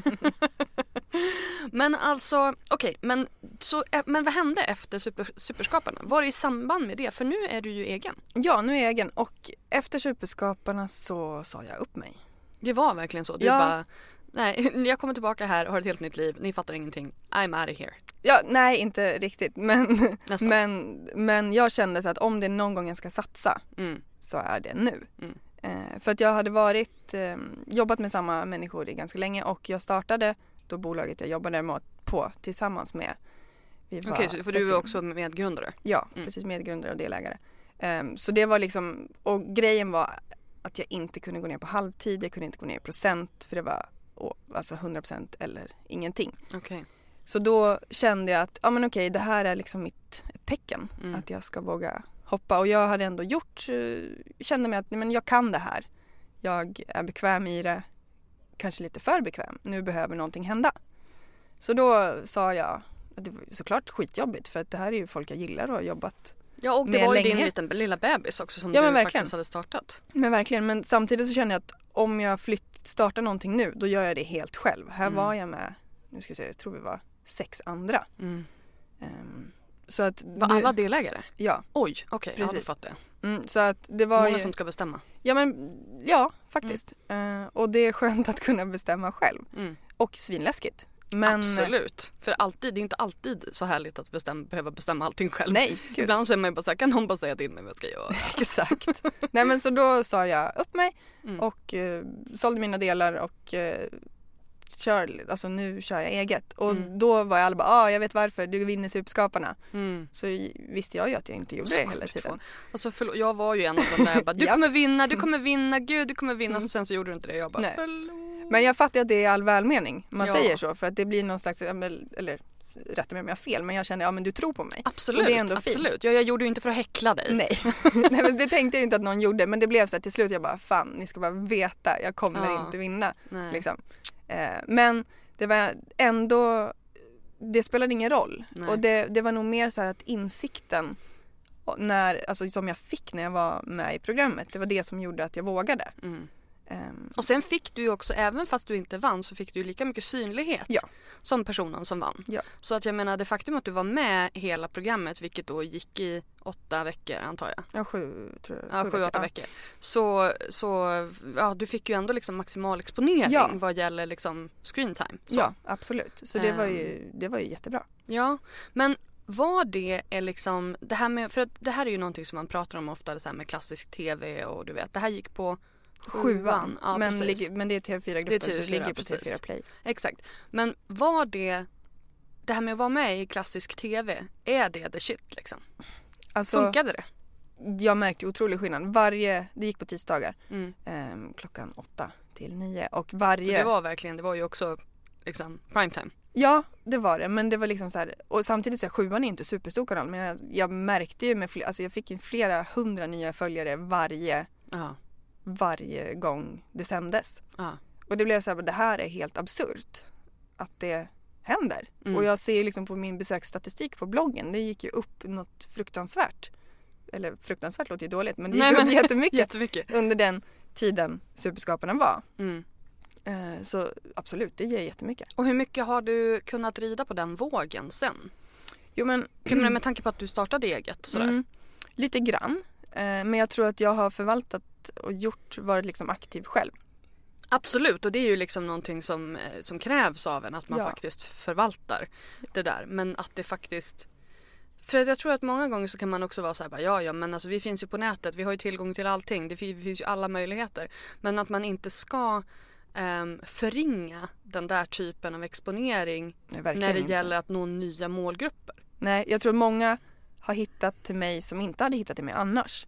Men alltså, okej, okay, men så men vad hände efter super, Superskaparna? Var det i samband med det? För nu är du ju egen. Ja, nu är jag egen och efter Superskaparna så sa jag upp mig. Det var verkligen så. Du ja. bara nej, jag kommer tillbaka här och har ett helt nytt liv. Ni fattar ingenting. I'm out of here. Ja, nej, inte riktigt. Men, men, men jag kände så att om det är någon gång jag ska satsa mm. så är det nu. Mm. Eh, för att jag hade varit, eh, jobbat med samma människor i ganska länge och jag startade då bolaget jag jobbade med på tillsammans med. Okej, okay, så för du är också medgrundare? Ja, mm. precis, medgrundare och delägare. Eh, så det var liksom, och grejen var att jag inte kunde gå ner på halvtid, jag kunde inte gå ner i procent för det var alltså hundra procent eller ingenting. Okej. Okay. Så då kände jag att ja, men okej, det här är liksom mitt tecken mm. att jag ska våga hoppa. Och jag hade ändå gjort, kände mig att men jag kan det här. Jag är bekväm i det, kanske lite för bekväm. Nu behöver någonting hända. Så då sa jag att det var såklart skitjobbigt för att det här är ju folk jag gillar och har jobbat ja, och det var ju länge. din liten lilla bebis också som ja, du verkligen. faktiskt hade startat. Men verkligen, men samtidigt så känner jag att om jag flytt, startar någonting nu, då gör jag det helt själv. Här mm. var jag med, nu ska jag säga, jag tror vi var sex andra. Mm. Um, så att var det, alla delägare? Ja. Oj, okej, okay, jag hade fått det. Mm, så att det var många ju, som ska bestämma. Ja, men ja, faktiskt. Mm. Uh, och det är skönt att kunna bestämma själv. Mm. Och svinläskigt. Men... Absolut. För alltid, det är inte alltid så härligt att bestämma, behöva bestämma allting själv. Nej, gud. Ibland så är man ju bara så här, kan någon bara säga till mig vad jag ska göra? Exakt. Nej, men så då sa jag upp mig mm. och uh, sålde mina delar och uh, kör, alltså nu kör jag eget. Och mm. då var jag alla bara, ah, jag vet varför, du vinner Superskaparna. Mm. Så visste jag ju att jag inte gjorde så det hela tiden. Alltså förlåt, jag var ju en av de där, bara, du kommer vinna, du kommer vinna, gud du kommer vinna. Mm. Så sen så gjorde du inte det, jag bara, förlåt. Men jag fattar att det är all välmening. Man ja. säger så för att det blir någon slags, eller rätta mig om jag har fel, men jag känner, ja men du tror på mig. Absolut, och det är ändå absolut. Fint. Ja, jag gjorde ju inte för att häckla dig. Nej. Nej, men det tänkte jag inte att någon gjorde, men det blev så här till slut, jag bara, fan, ni ska bara veta, jag kommer ja. inte vinna. Liksom. Eh, men det var ändå, det spelade ingen roll. Nej. Och det, det var nog mer så här att insikten och när, alltså, som jag fick när jag var med i programmet. Det var det som gjorde att jag vågade. Mm. Um, och sen fick du ju också, även fast du inte vann, så fick du ju lika mycket synlighet ja. som personen som vann. Ja. Så att jag menar, det faktum att du var med i hela programmet, vilket då gick i åtta veckor antar jag. Ja, sju, tror jag. Ja, sju, sju åtta ja. veckor. Så, så ja, du fick ju ändå liksom maximal exponering ja. vad gäller liksom screen time. Så. Ja, absolut. Så det var ju, det var ju jättebra. Ja, men var det är liksom, det här med, för att det här är ju någonting som man pratar om ofta, det så här med klassisk tv och du vet, det här gick på Sjuan, ja, men, ligger, men det är T V fyra-gruppen så det ligger på T V fyra Play. Exakt. Men var det, det här med att vara med i klassisk tv, är det the shit liksom? Alltså, funkade det? Jag märkte otrolig skillnad. Varje, det gick på tisdagar mm. eh, klockan åtta till nio. Och varje... Så det var verkligen, det var ju också liksom primetime. Ja, det var det. Men det var liksom så här, och samtidigt så här, Sjuan är inte superstor kanal. Men jag, jag märkte ju med fler, alltså jag fick in flera hundra nya följare varje... Aha. varje gång det sändes. Ah. Och det blev så här, det här är helt absurt att det händer. Mm. Och jag ser liksom på min besöksstatistik på bloggen, det gick ju upp något fruktansvärt. Eller fruktansvärt låter ju dåligt, men det gick Nej, upp men, jättemycket, jättemycket under den tiden Superskaparna var. Mm. Eh, så absolut, det ger jättemycket. Och hur mycket har du kunnat rida på den vågen sen? Jo men... med tanke på att du startade eget sådär. Mm, lite grann. Eh, men jag tror att jag har förvaltat och gjort, varit liksom aktiv själv. Absolut, och det är ju liksom någonting som, som krävs av en, att man ja. faktiskt förvaltar ja. det där. Men att det faktiskt... För jag tror att många gånger så kan man också vara så här, bara, ja ja men alltså vi finns ju på nätet, vi har ju tillgång till allting, det finns ju alla möjligheter. Men att man inte ska um, förringa den där typen av exponering Nej, när det inte. gäller att nå nya målgrupper. Nej, jag tror många har hittat till mig som inte hade hittat till mig annars.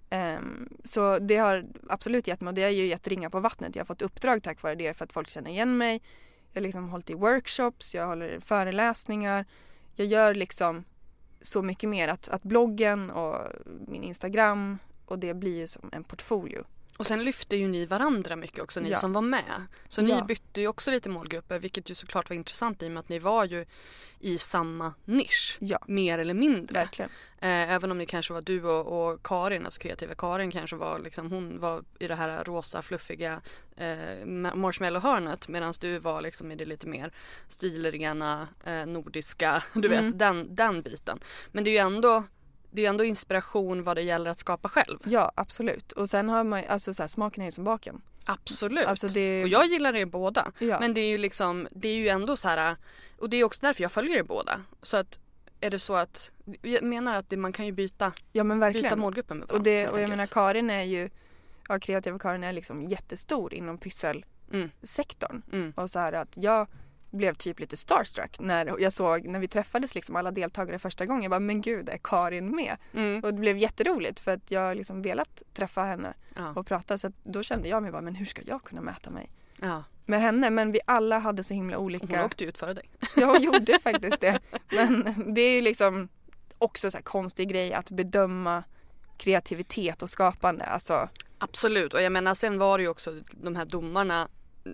Um, så det har absolut gett mig, och det har ju gett ringa på vattnet. Jag har fått uppdrag tack vare det för att folk känner igen mig. Jag har liksom hållit i workshops, jag håller föreläsningar. Jag gör liksom så mycket mer att, att bloggen och min Instagram, och det blir ju som en portfolio. Och sen lyfte ju ni varandra mycket också, ni ja. som var med. Så ja. ni bytte ju också lite målgrupper, vilket ju såklart var intressant i och med att ni var ju i samma nisch. Ja. Mer eller mindre. Verkligen. Eh, även om det kanske var du och, och Karin, alltså kreativa Karin kanske var liksom, hon var i det här rosa fluffiga eh, marshmallow-hörnet, medan du var liksom i det lite mer stilrena, eh, nordiska, du vet, mm. den, den biten. Men det är ju ändå Det är ändå inspiration vad det gäller att skapa själv. Ja, absolut. Och sen har man, alltså så här, smaken är ju som baken. Absolut. Alltså det... Och jag gillar er båda. Ja. Men det är ju liksom, det är ju ändå så här, och det är också därför jag följer er båda. Så att, är det så att, jag menar att det, man kan ju byta, ja, men verkligen. byta målgruppen med varandra. Och, det, och jag menar, Karin är ju, ja, kreativa Karin är liksom jättestor inom pysselsektorn. Mm. Mm. Och så här att jag blev typ lite starstruck när jag såg, när vi träffades liksom alla deltagare första gången. Jag bara, men gud, är Karin med? Mm. Och det blev jätteroligt för att jag liksom velat träffa henne ja. och prata. Så att då kände jag mig bara, men hur ska jag kunna mäta mig ja. med henne? Men vi alla hade så himla olika... Hon åkte ut före dig. Ja, hon gjorde faktiskt det. Men det är ju liksom också så här konstig grej att bedöma kreativitet och skapande. Alltså... Absolut, och jag menar sen var det ju också de här domarna,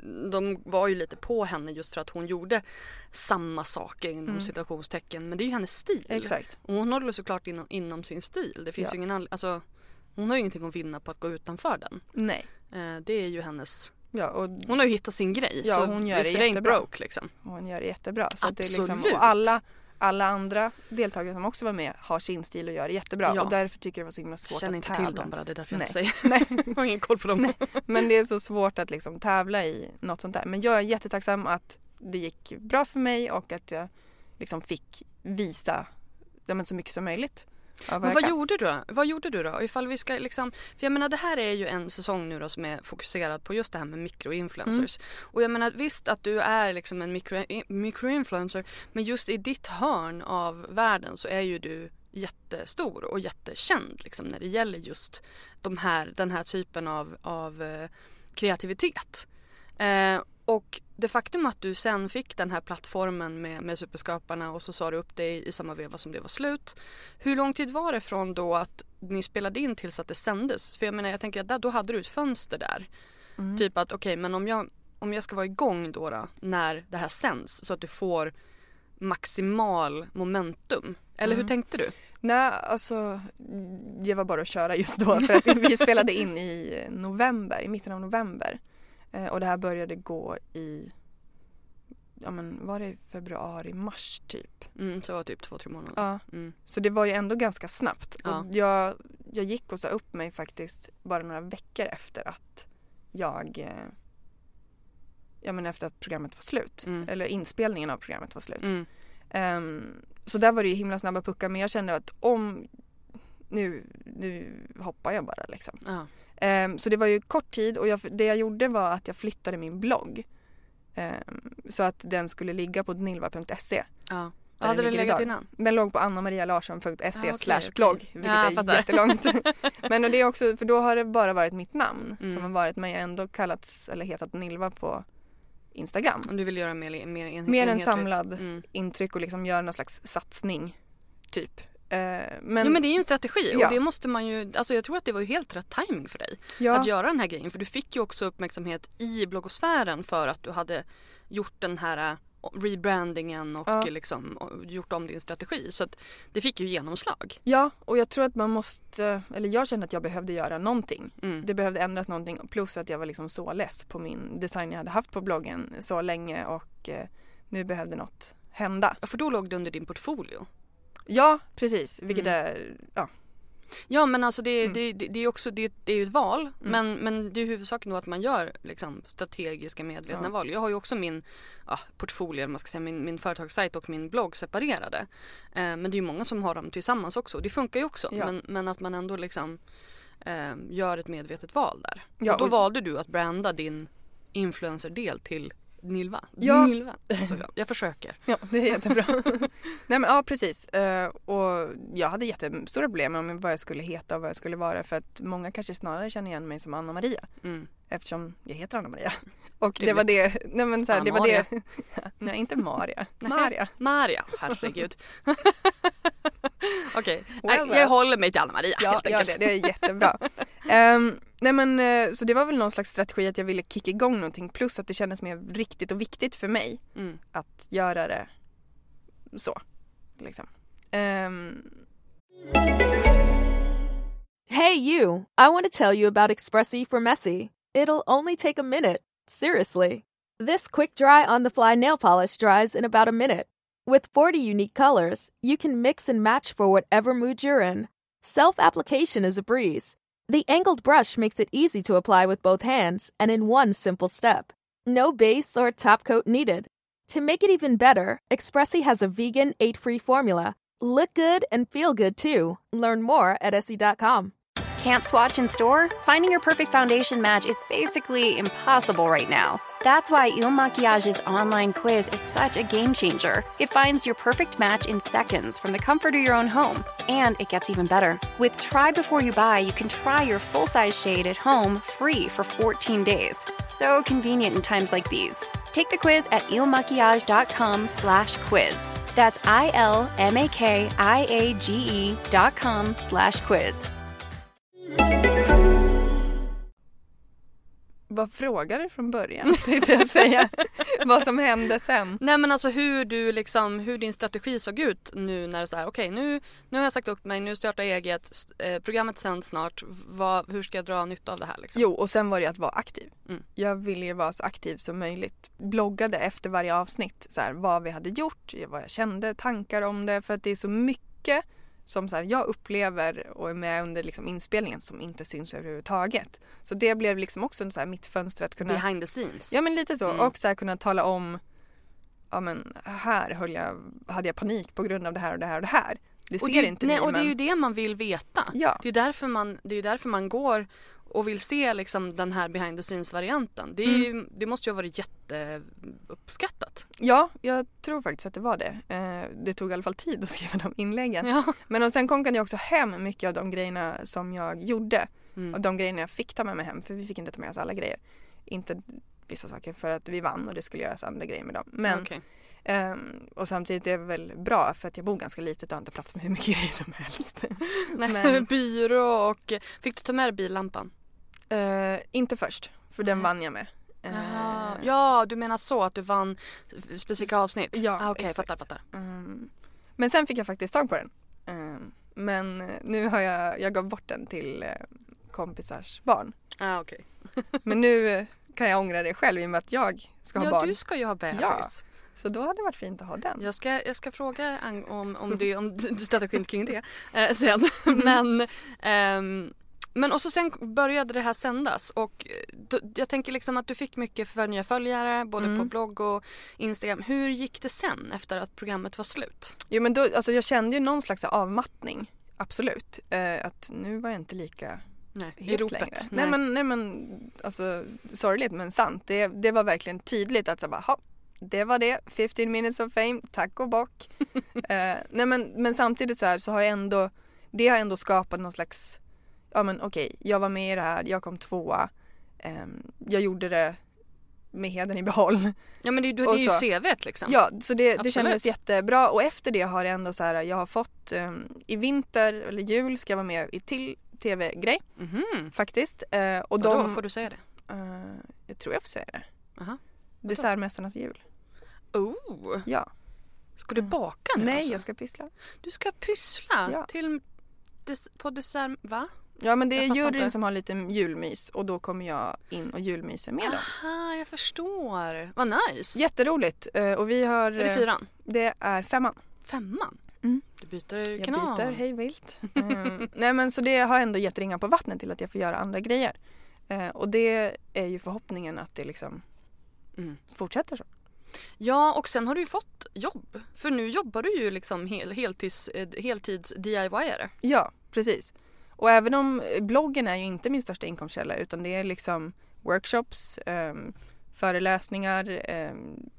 de var ju lite på henne just för att hon gjorde samma saker inom mm. citationstecken, men det är ju hennes stil. Exakt. Och hon håller såklart inom, inom sin stil. Det finns ja. ju ingen, alltså, hon har ju ingenting att vinna på att gå utanför den. Nej. Eh, det är ju hennes... Ja, och... Hon har ju hittat sin grej. Ja, så hon gör det jättebra. Broke, liksom. Hon gör det jättebra. Så Absolut. Det är liksom, och alla, alla andra deltagare som också var med har sin stil och gör det jättebra. Ja. Och därför tycker jag det var så himla svårt att tävla. Jag känner inte till dem bara, det är därför jag Nej. inte säger. Nej. Jag har ingen koll på dem. Nej. Men det är så svårt att liksom tävla i något sånt där. Men jag är jättetacksam att det gick bra för mig och att jag liksom fick visa ja, men så mycket som möjligt. Men vad gjorde du då? Vad gjorde du då? Ifall vi ska liksom, för jag menar det här är ju en säsong nu då som är fokuserad på just det här med mikroinfluencers. Mm. Och jag menar visst att du är liksom en mikro, mikroinfluencer, men just i ditt hörn av världen så är ju du jättestor och jättekänd liksom när det gäller just de här, den här typen av, av eh, kreativitet. Eh, och det faktum att du sen fick den här plattformen med, med Superskaparna och så sa du upp dig i samma veva som det var slut. Hur lång tid var det från då att ni spelade in tills att det sändes? För jag menar, jag tänker att där, då hade du ett fönster där. Mm. Typ att okej, okay, men om jag, om jag ska vara igång då, då när det här sänds så att du får maximal momentum. Eller mm. hur tänkte du? Nej, alltså det var bara att köra just då för att vi spelade in i november, i mitten av november. Eh, och det här började gå i, ja men var det februari, mars typ? Mm, så var det typ två, tre månader. Ja, mm. Så det var ju ändå ganska snabbt. Ja. Och jag, jag gick och sa upp mig faktiskt bara några veckor efter att jag, eh, ja men efter att programmet var slut. Mm. Eller inspelningen av programmet var slut. Mm. Um, så där var det ju himla snabba puckar, men jag kände att om nu, nu hoppar jag bara liksom. Ja. Um, så det var ju kort tid och jag, det jag gjorde var att jag flyttade min blogg um, så att den skulle ligga på dnilva punkt se. Ja. Ja, hade den legat innan? Den låg på annamarialarsson punkt se ah, okay, slash blogg, okay. vilket ja, är fattar. jättelångt. Men och det är också, för då har det bara varit mitt namn mm. som har varit, men jag ändå kallats eller hetat Nilva på Instagram. Om du vill göra mer, mer, en, mer en samlad mm. intryck och liksom göra någon slags satsning typ. Uh, men, jo, men det är ju en strategi ja. och det måste man ju, alltså jag tror att det var ju helt rätt timing för dig ja. att göra den här grejen, för du fick ju också uppmärksamhet i bloggosfären för att du hade gjort den här rebrandingen och ja. liksom och gjort om din strategi, så att det fick ju genomslag. Ja, och jag tror att man måste, eller jag kände att jag behövde göra någonting. Mm. Det behövde ändras någonting, plus att jag var liksom så less på min design jag hade haft på bloggen så länge och eh, nu behövde något hända. För då låg det under din portfolio. Ja, precis, vilket mm. är, ja. Ja, men alltså det, Mm. det, det, det är också det, det är ju ett val, Mm. men, men det är huvudsaken då att man gör liksom strategiska medvetna ja. val. Jag har ju också min ja, portfolio, man ska säga, min, min företagssajt och min blogg separerade. Eh, men det är ju många som har dem tillsammans också. Det funkar ju också, ja. men, men att man ändå liksom eh, gör ett medvetet val där. Ja, och då och... valde du att branda din influencer-del till Nilva. Ja. Nilva. Så jag, jag försöker. Ja, det är jättebra. Nej men ja, precis. Uh, och jag hade jättestora problem med vad jag skulle heta och vad jag skulle vara, för att många kanske snarare känner igen mig som Anna-Maria. Mm. Eftersom jag heter Anna-Maria. Och det det var det, nej men så här, det var det. Nej, inte Maria. Maria. Maria, herregud. Okej, Well, jag well. håller mig till Anna-Maria Ja, helt enkelt. ja det, det är jättebra. um, nej men, uh, så det var väl någon slags strategi att jag ville kicka igång någonting, plus att det kändes mer riktigt och viktigt för mig mm. att göra det så. Liksom. Um, Hey you, I want to tell you about Expressi for Messy. It'll only take a minute. Seriously. This quick dry on the fly nail polish dries in about a minute. With forty unique colors, you can mix and match for whatever mood you're in. Self-application is a breeze. The angled brush makes it easy to apply with both hands and in one simple step. No base or top coat needed. To make it even better, Expressi has a vegan, ate-free formula. Look good and feel good too. Learn more at essie dot com. Can't swatch in store? Finding your perfect foundation match is basically impossible right now. That's why Il Makiage's online quiz is such a game changer. It finds your perfect match in seconds from the comfort of your own home. And it gets even better. With Try Before You Buy, you can try your full-size shade at home free for fourteen days. So convenient in times like these. Take the quiz at ilmakiage.com slash quiz. That's I-L-M-A-K-I-A-G-E dot com slash quiz. Vad frågar du från början, tänkte jag säga. Vad som hände sen. Nej men alltså hur du liksom, hur din strategi såg ut nu när det är så här, okej okay, nu, nu har jag sagt upp mig, nu startar jag eget, eh, programmet sänds snart, vad, hur ska jag dra nytta av det här liksom? Jo, och sen var det att vara aktiv. Mm. Jag ville ju vara så aktiv som möjligt. Bloggade efter varje avsnitt, så här, vad vi hade gjort, vad jag kände, tankar om det, för att det är så mycket som så här, jag upplever och är med under liksom inspelningen som inte syns överhuvudtaget. Så det blev liksom också en så här, mitt fönster att kunna... Behind the scenes. Ja, men lite så. Mm. Och så här, kunna tala om, ja men här höll jag, hade jag panik på grund av det här och det här och det här. Det ser och det, inte nej, ni, och men... det är ju det man vill veta. Ja. Det är därför man, det är därför man går och vill se liksom den här behind the scenes-varianten. Det, är Mm. ju, det måste ju ha varit jätteuppskattat. Ja, jag tror faktiskt att det var det. Eh, det tog i alla fall tid att skriva de inläggen. Ja. Men och sen konkade jag också hem mycket av de grejerna som jag gjorde. Mm. Och de grejerna jag fick ta med mig hem. För vi fick inte ta med oss alla grejer. Inte vissa saker för att vi vann och det skulle göras andra grejer med dem. Men, Okay. um, och samtidigt är det väl bra för att jag bor ganska litet och har inte plats med hur mycket grejer som helst. Nej, Men- byrå och... Fick du ta med dig billampan? Uh, inte först, för den Nej. vann jag med. Uh, Jaha. Ja, du menar så att du vann specifika avsnitt? Ja, ah, okej, exakt. fattar, fattar. um, men sen fick jag faktiskt tag på den. Um, Men nu har jag, jag gav bort den till eh, kompisars barn. Ah, okej. Men nu kan jag ångra det själv i och med att jag ska ha ja, barn. du ska ju ha bebis. Ja, så då hade det varit fint att ha den. Jag ska, jag ska fråga om, om, det, om strategin kring det eh, sen. Men, ehm, men och så sen började det här sändas och då, jag tänker liksom att du fick mycket för nya följare både mm. på blogg och Instagram. Hur gick det sen efter att programmet var slut? Jo, men då, alltså jag kände ju någon slags avmattning, absolut. Eh, att nu var jag inte lika nej, het i ropet. längre. Nej. Nej, men, nej men alltså sorgligt men sant. Det, det var verkligen tydligt att så bara, ha, det var det, fifteen minutes of fame, tack och bock. eh, nej men, men samtidigt så här så har jag ändå, det har ändå skapat någon slags, ja men okej, jag var med i det här, jag kom tvåa, eh, jag gjorde det med heden i behåll. Ja men det, det är ju C V:t liksom. Ja, så det, det kändes jättebra och efter det har jag ändå så här, jag har fått eh, i vinter eller jul ska jag vara med i till tv-grej mm-hmm. faktiskt. Eh, och Vadå, de, får du säga det? Eh, jag tror jag får säga det. Aha. Dessertmästarnas jul. Oh! Ja. Ska du baka nu? Nej, alltså? jag ska pyssla. Du ska pyssla Ja. till des, på dessert, va? Ja, men det är Jag fattar juryn inte. som har lite julmys och då kommer jag in och julmyser med dem. Aha, jag förstår. Vad nice. Jätteroligt. Eh, och vi har... Är det fyran? Det är femman. Femman? Mm. Du byter Jag kanal. byter hej vilt. Mm. Nej, men så det har ändå gett ringar på vattnet till att jag får göra andra grejer. Eh, och det är ju förhoppningen att det liksom mm. fortsätter så. Ja, och sen har du ju fått jobb. För nu jobbar du ju liksom hel, heltids, heltids D I Y-are. Ja, precis. Och även om bloggen är ju inte min största inkomstkälla utan det är liksom workshops, eh, föreläsningar, eh,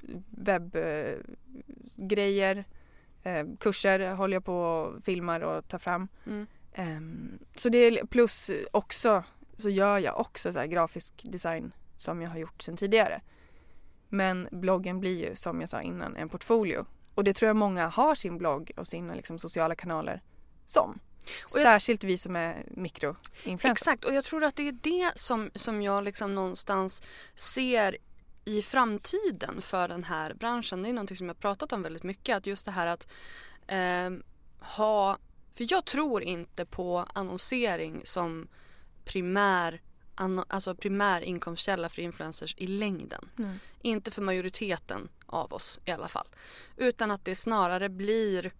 webbgrejer, eh, kurser håller jag på och filmar och tar fram. Mm. Eh, så det är plus också så gör jag också så här grafisk design som jag har gjort sedan tidigare. Men bloggen blir ju som jag sa innan en portfolio. Och det tror jag många har sin blogg och sina liksom, sociala kanaler som. Och jag, Särskilt vi som är mikroinfluencer. Exakt, och jag tror att det är det som, som jag liksom någonstans ser i framtiden för den här branschen. Det är någonting som jag pratat om väldigt mycket. Att just det här att eh, ha... För jag tror inte på annonsering som primär, anno, alltså primär inkomstkälla för influencers i längden. Mm. Inte för majoriteten av oss i alla fall. Utan att det snarare blir...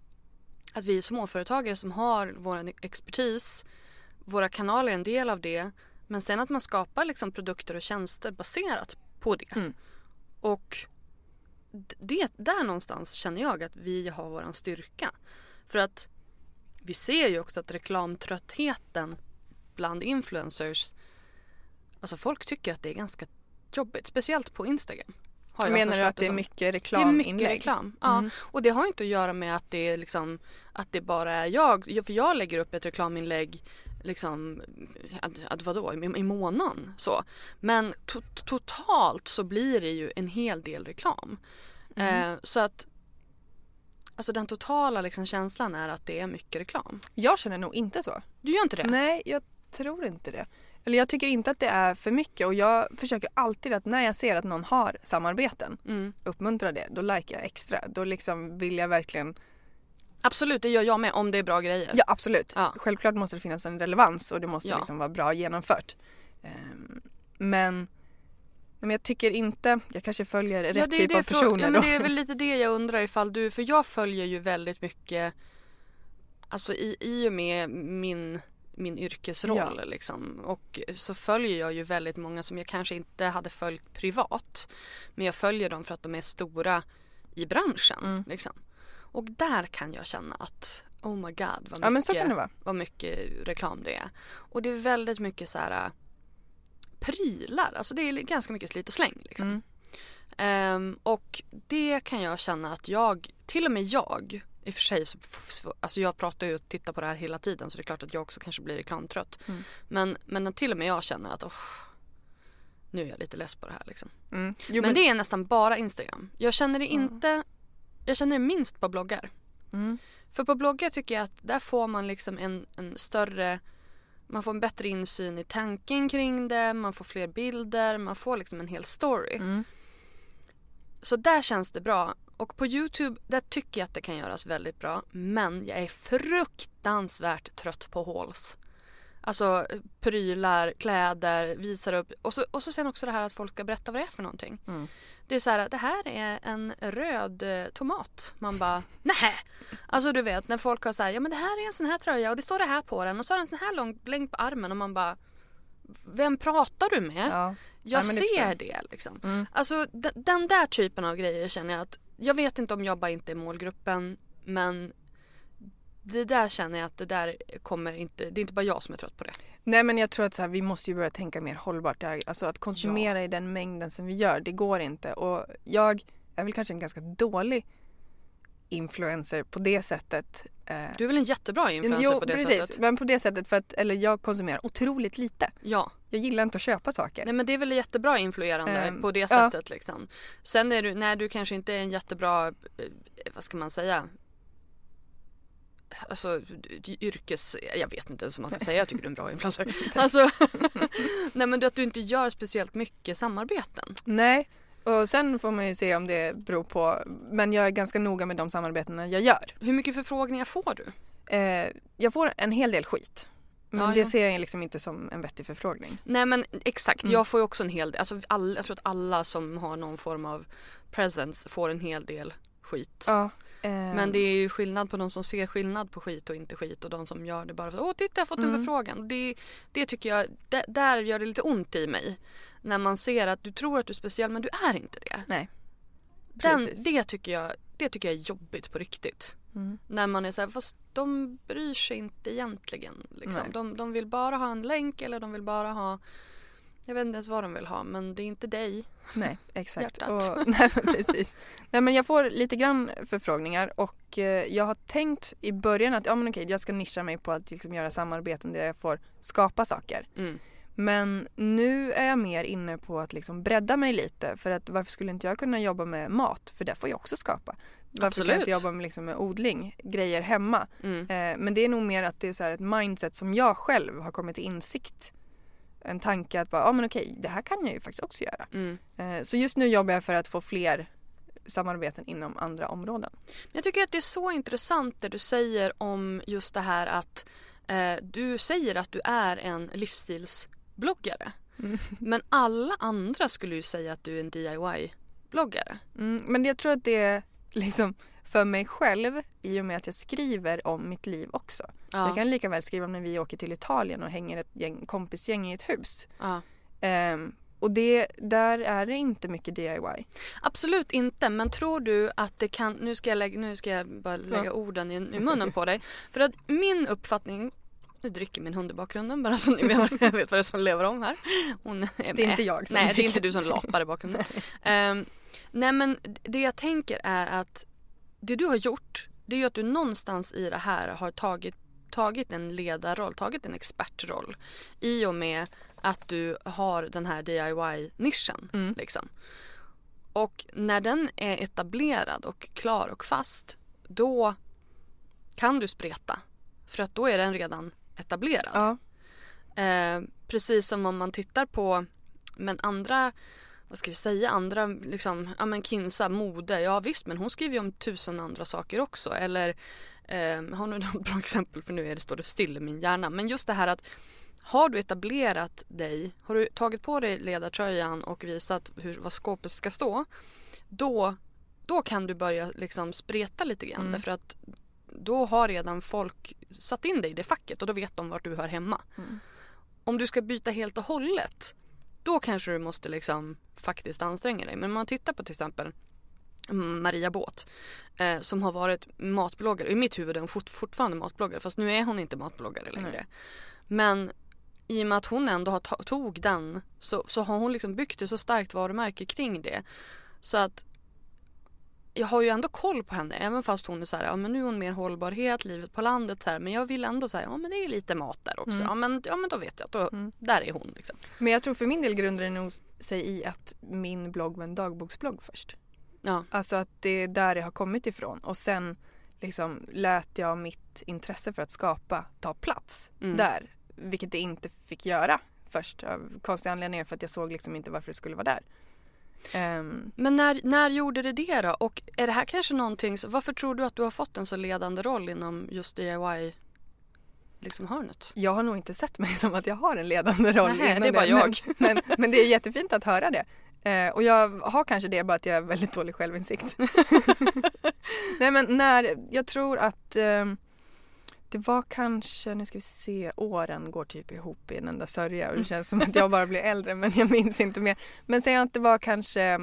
Att vi är småföretagare som har vår expertis, våra kanaler är en del av det, men sen att man skapar liksom produkter och tjänster baserat på det. Mm. Och det, där någonstans känner jag att vi har våran styrka. För att vi ser ju också att reklamtröttheten bland influencers, alltså folk tycker att det är ganska jobbigt, speciellt på Instagram. Har jag menar du att det är mycket reklam? Det är mycket reklam, ja. Mm. Och det har inte att göra med att det är liksom, att det bara är jag. För jag lägger upp ett reklaminlägg liksom, att, att vadå, i, i månaden så. Men to- totalt så blir det ju en hel del reklam. Mm. Eh, så att alltså den totala liksom känslan är att det är mycket reklam. Jag känner nog inte så. Du gör inte det? Nej, jag tror inte det. Eller jag tycker inte att det är för mycket och jag försöker alltid att när jag ser att någon har samarbeten, mm. uppmuntra det, då likar jag extra. Då liksom vill jag verkligen... Absolut, det gör jag med om det är bra grejer. Ja, absolut. Ja. Självklart måste det finnas en relevans och det måste ja. liksom vara bra genomfört. Um, men, men jag tycker inte, jag kanske följer rätt ja, typ av personer. Ja, men det är väl lite det jag undrar ifall du, för jag följer ju väldigt mycket, alltså i, i och med min... min yrkesroll ja. liksom. Och så följer jag ju väldigt många som jag kanske inte hade följt privat, men jag följer dem för att de är stora i branschen mm. liksom. Och där kan jag känna att oh my god vad mycket, ja, men så kan det vara. Vad mycket reklam det är. Och det är väldigt mycket så här prylar, alltså det är ganska mycket slit och släng liksom. Mm. Um, och det kan jag känna att jag, till och med jag i och för sig så, alltså jag pratar ju och tittar på det här hela tiden, så det är klart att jag också kanske blir reklamtrött. Mm. Men, men till och med jag känner att oh, nu är jag lite less på det här liksom. Mm. Jo, men... men det är nästan bara Instagram. Jag känner det mm. inte, jag känner det minst på bloggar. Mm. För på bloggar tycker jag att där får man liksom en, en större, man får en bättre insyn i tanken kring det, man får fler bilder, man får liksom en hel story. Mm. Så där känns det bra. Och på YouTube, där tycker jag att det kan göras väldigt bra. Men jag är fruktansvärt trött på hauls. Alltså prylar, kläder, visar upp. Och så, och så sen också det här att folk ska berätta vad det är för någonting. Mm. Det är så här, det här är en röd eh, tomat. Man bara, nej. Alltså du vet, när folk har så här, ja men det här är en sån här tröja och det står det här på den. Och så har den en sån här lång längd på armen och man bara, vem pratar du med? Ja. Jag Nej, ser det, det liksom. Mm. Alltså d- den där typen av grejer känner jag att, jag vet inte om jag bara inte är målgruppen, men det där känner jag att det där kommer inte, det är inte bara jag som är trött på det. Nej, men jag tror att så här, vi måste ju börja tänka mer hållbart. Alltså att konsumera ja. i den mängden som vi gör, det går inte. Och jag är väl kanske en ganska dålig influencer på det sättet. Du är väl en jättebra influencer jo, på det precis, sättet? men på det sättet för att, eller jag konsumerar otroligt lite. Ja. Jag gillar inte att köpa saker. Nej, men det är väl jättebra influerande um, på det sättet ja. liksom. Sen är du, när du kanske inte är en jättebra, vad ska man säga, alltså yrkes, jag vet inte ens vad man ska säga, jag tycker du är en bra influencer. Alltså, nej men att du inte gör speciellt mycket samarbeten. Nej, och sen får man ju se om det beror på, men jag är ganska noga med de samarbetena jag gör. Hur mycket förfrågningar får du? Eh, jag får en hel del skit. Men ja, det ja. ser jag liksom inte som en vettig förfrågning. Nej men exakt, mm. jag får ju också en hel del, alltså all, jag tror att alla som har någon form av presence får en hel del skit. Ja. Men det är ju skillnad på de som ser skillnad på skit och inte skit och de som gör det bara för åh titta jag har fått en mm. förfrågan. Det, det tycker jag, det, där gör det lite ont i mig. När man ser att du tror att du är speciell men du är inte det. Nej. Den, det, tycker jag, det tycker jag är jobbigt på riktigt. Mm. När man är så här, fast de bryr sig inte egentligen. Liksom. De, de vill bara ha en länk eller de vill bara ha, jag vet inte ens vad de vill ha, men det är inte dig. Nej, exakt. Och, nej, men precis. Nej, men jag får lite grann förfrågningar och eh, jag har tänkt i början att ja, men okej, jag ska nischa mig på att liksom, göra samarbeten där jag får skapa saker. Mm. Men nu är jag mer inne på att liksom bredda mig lite, för att varför skulle inte jag kunna jobba med mat? För det får jag också skapa. Varför Absolut. kan jag inte jobba med, liksom, med odling, grejer hemma? Mm. Eh, men det är nog mer att det är så här ett mindset som jag själv har kommit till insikt. En tanke att bara, ja men okej, det här kan jag ju faktiskt också göra. Mm. Eh, så just nu jobbar jag för att få fler samarbeten inom andra områden. Jag tycker att det är så intressant det du säger om just det här att eh, du säger att du är en livsstilsbloggare. Mm. Men alla andra skulle ju säga att du är en D I Y-bloggare. Mm, men jag tror att det är liksom för mig själv i och med att jag skriver om mitt liv också. Ja. Jag kan lika väl skriva om när vi åker till Italien och hänger ett gäng, kompisgäng i ett hus. Ja. Um, och det, där är det inte mycket D I Y. Absolut inte, men tror du att det kan, nu ska jag, lägga, nu ska jag bara lägga ja. orden i, i munnen på dig. För att min uppfattning, nu dricker min hund i bakgrunden bara så ni vet vad det är som lever om här. Hon är det är inte jag som Nej, dricker. det är inte du som lapar i bakgrunden. nej. Um, nej men det jag tänker är att det du har gjort, det är ju att du någonstans i det här har tagit, tagit en ledarroll, tagit en expertroll i och med att du har den här D I Y-nischen. Mm. Liksom. Och när den är etablerad och klar och fast, då kan du spreta. För att då är den redan etablerad. Ja. Eh, precis som om man tittar på men andra... vad ska vi säga, andra liksom, ja men Kinsa, mode, ja visst, men hon skriver ju om tusen andra saker också, eller eh, har nu något bra exempel, för nu är det, står det still i min hjärna, men just det här att har du etablerat dig, har du tagit på dig ledartröjan och visat hur, vad skåpet ska stå, då, då kan du börja liksom spreta lite grann, mm. därför att då har redan folk satt in dig i det facket och då vet de vart du hör hemma. Mm. Om du ska byta helt och hållet, då kanske du måste liksom faktiskt anstränga dig. Men om man tittar på till exempel Maria Båt eh, som har varit matbloggare. I mitt huvud är hon fort, fortfarande matbloggare, fast nu är hon inte matbloggare längre. Nej. Men i och med att hon ändå har to- tog den så, så har hon liksom byggt ett så starkt varumärke kring det. Så att jag har ju ändå koll på henne, även fast hon är så här, ja men nu är hon mer hållbarhet, livet på landet så här, men jag vill ändå säga, ja men det är lite mat där också. Mm. Ja men ja men då vet jag att då, mm. där är hon liksom. Men jag tror för min del grundar det nog sig i att min blogg var en dagboksblogg först. Ja. Alltså att det är där det har kommit ifrån, och sen liksom lät jag mitt intresse för att skapa ta plats mm. där, vilket det inte fick göra först av konstiga anledningar, för att jag såg liksom inte varför det skulle vara där. Um, Men när, när gjorde det det då? Och är det här kanske någonting, varför tror du att du har fått en så ledande roll inom just D I Y liksom hörnet? jag har nog inte sett mig som att jag har en ledande roll. Nej, inom det är bara jag. Men, men, men det är jättefint att höra det. Eh, och jag har kanske det, bara att jag är väldigt dålig självinsikt. Nej, men när, jag tror att eh, det var kanske, nu ska vi se, åren går typ ihop i en enda sörja och det känns som att jag bara blir äldre, men jag minns inte mer. Men säg att det var kanske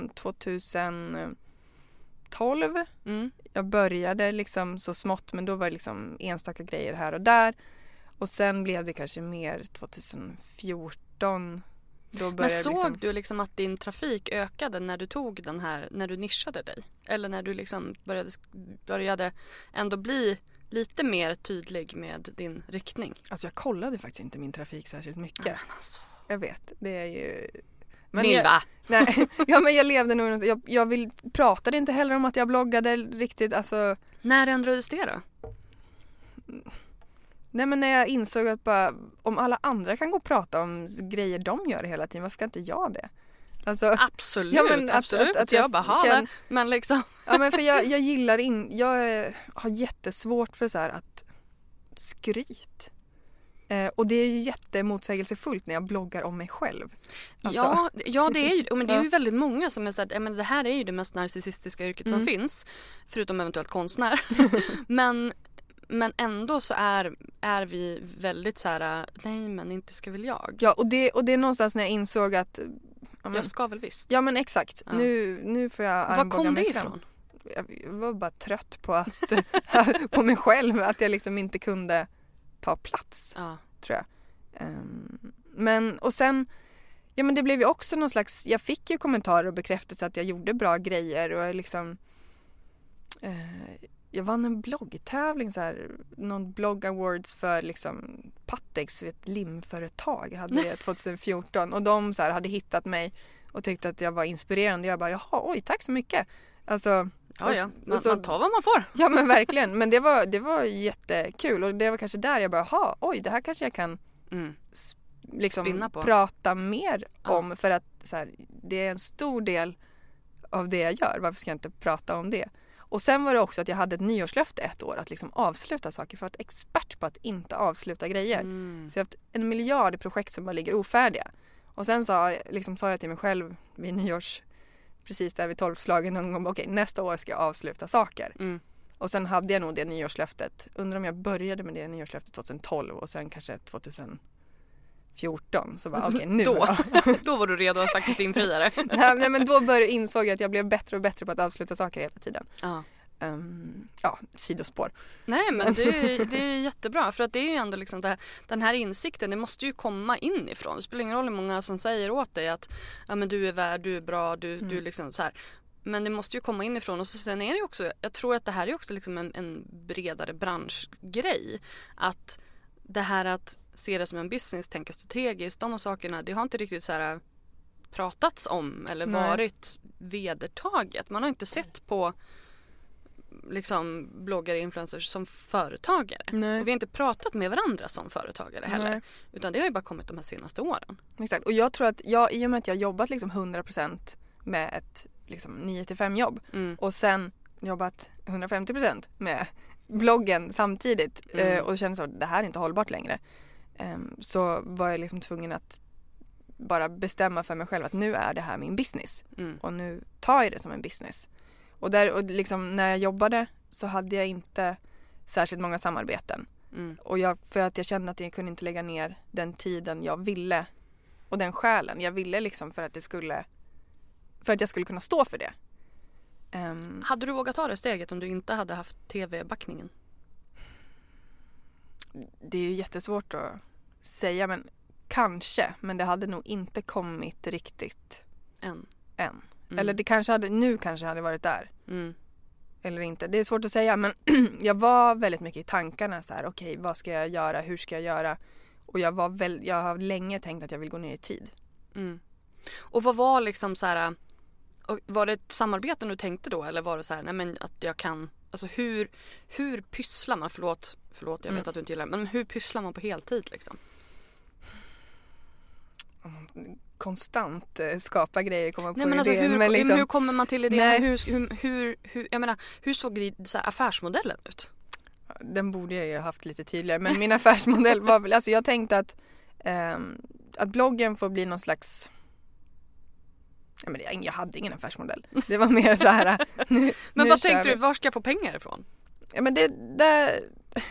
tjugotolv. Mm. Jag började liksom så smått, men då var det liksom enstaka grejer här och där. Och sen blev det kanske mer tjugofjorton. Då Men såg liksom... du liksom att din trafik ökade när du tog den här, när du nischade dig? Eller när du liksom började, började ändå bli lite mer tydlig med din riktning? Alltså jag kollade faktiskt inte min trafik särskilt mycket. Ja, men alltså. Jag vet, det är ju... Nilva! Jag, nej, ja, men jag levde nog... Jag, jag vill, pratade inte heller om att jag bloggade riktigt, alltså... När ändrades det då? Nej, men när jag insåg att bara, om alla andra kan gå och prata om grejer de gör hela tiden, varför kan inte jag det? Alltså, Absolut, ja, men att, absolut. Att, att, att jag, jag bara har känner, det. Men liksom... Ja, men för jag, jag gillar in... Jag eh, har jättesvårt för så här att skryt. Eh, och det är ju jättemotsägelsefullt när jag bloggar om mig själv. Alltså. Ja, ja, det är ju, men det är ju Ja. väldigt många som är så här, men det här är ju det mest narcissistiska yrket som Mm. finns. Förutom eventuellt konstnär. men... Men ändå så är, är vi väldigt så här, nej men inte ska väl jag. Ja, och det, och det är någonstans när jag insåg att... Ja, men, Jag ska väl visst. ja men exakt, Ja. nu, nu får jag Var kom det ifrån? Jag, jag var bara trött på, att, på mig själv, att jag liksom inte kunde ta plats, Ja. tror jag. Um, men, och sen, ja men det blev ju också någon slags, jag fick ju kommentarer och bekräftelse att jag gjorde bra grejer och jag liksom... Uh, Jag vann en bloggtävling, så här, någon blogg awards för liksom Pattex, ett limföretag, hade det tjugohundrafjorton, och de så här, hade hittat mig och tyckte att jag var inspirerande. Jag bara, jaha, oj, tack så mycket. Alltså, Ja, ja. och Man, så, man tar vad man får. ja men verkligen, men det var, det var jättekul, och det var kanske där jag bara, jaha, oj, det här kanske jag kan Mm. liksom Spinna på. prata mer Ja. om, för att så här, det är en stor del av det jag gör, varför ska jag inte prata om det? Och sen var det också att jag hade ett nyårslöfte ett år att liksom avsluta saker, för att vara expert på att inte avsluta grejer. Mm. Så jag har haft en miljard projekt som bara ligger ofärdiga. Och sen sa, liksom, sa jag till mig själv vid nyårs, precis där vid tolvslagen någon gång, okej, nästa år ska jag avsluta saker. Mm. Och sen hade jag nog det nyårslöftet. Undrar om jag började med det nyårslöftet tjugotolv och sen kanske tjugofjorton. Så bara, okej, nu Då. då. Då var du redo att faktiskt infria det. Nej, men då började, insåg jag att jag blev bättre och bättre på att avsluta saker hela tiden. Ja. Um, ja, sidospår. Nej, men det, det är jättebra. För att det är ju ändå liksom det här, den här insikten, det måste ju komma inifrån. Det spelar ingen roll hur många som säger åt dig att ja, men du är värd, du är bra, du, Mm. du liksom så här. Men det måste ju komma inifrån. Och så sen är det ju också, jag tror att det här är också liksom en, en bredare branschgrej. Att det här att se det som en business, tänka strategiskt, de här sakerna, det har inte riktigt så här pratats om eller Nej. varit vedertaget. Man har inte sett på liksom bloggare, influencers som företagare. Nej. Och vi har inte pratat med varandra som företagare heller. Nej. Utan det har ju bara kommit de här senaste åren. Exakt. Och jag tror att jag, i och med att jag jobbat liksom hundra procent med ett liksom nio till fem jobb Mm. och sen jobbat hundrafemtio procent med bloggen samtidigt Mm. eh, och kände så att det här är inte hållbart längre. Um, så var jag liksom tvungen att bara bestämma för mig själv att nu är det här min business. Mm. Och nu tar jag det som en business. Och, där, och liksom, när jag jobbade så hade jag inte särskilt många samarbeten. Mm. Och jag, för att jag kände att jag kunde inte lägga ner den tiden jag ville och den själen. Jag ville liksom för att det skulle, för att jag skulle kunna stå för det. Um, Hade du vågat ta det steget om du inte hade haft tv-backningen? det är ju jättesvårt att säga, men kanske. Men det hade nog inte kommit riktigt Än. än. Mm. Eller det kanske hade, nu kanske hade varit där. Mm. Eller inte. Det är svårt att säga, men jag var väldigt mycket i tankarna så här, okej, vad ska jag göra? Hur ska jag göra? Och jag var väl, jag har länge tänkt att jag vill gå ner i tid. Mm. Och vad var liksom så här, och var det ett samarbete du tänkte då, eller var det så här, nej men att jag kan, alltså hur hur pysslar man, förlåt, förlåt jag vet Mm. att du inte gillar det, men hur pysslar man på heltid liksom? konstant eh, skapa grejer, komma på Nej, men idéer. alltså, hur, men liksom, hur kommer man till idén? Nej. Hur, hur, hur, hur, jag menar, hur såg så här, affärsmodellen ut? Den borde jag ju ha haft lite tydligare. Men min affärsmodell var väl, alltså jag tänkte att, eh, att bloggen får bli någon slags, ja, men jag hade ingen affärsmodell. Det var mer så här. Nu, men nu vad kör tänkte vi. du, var ska jag få pengar ifrån? Ja, men det, det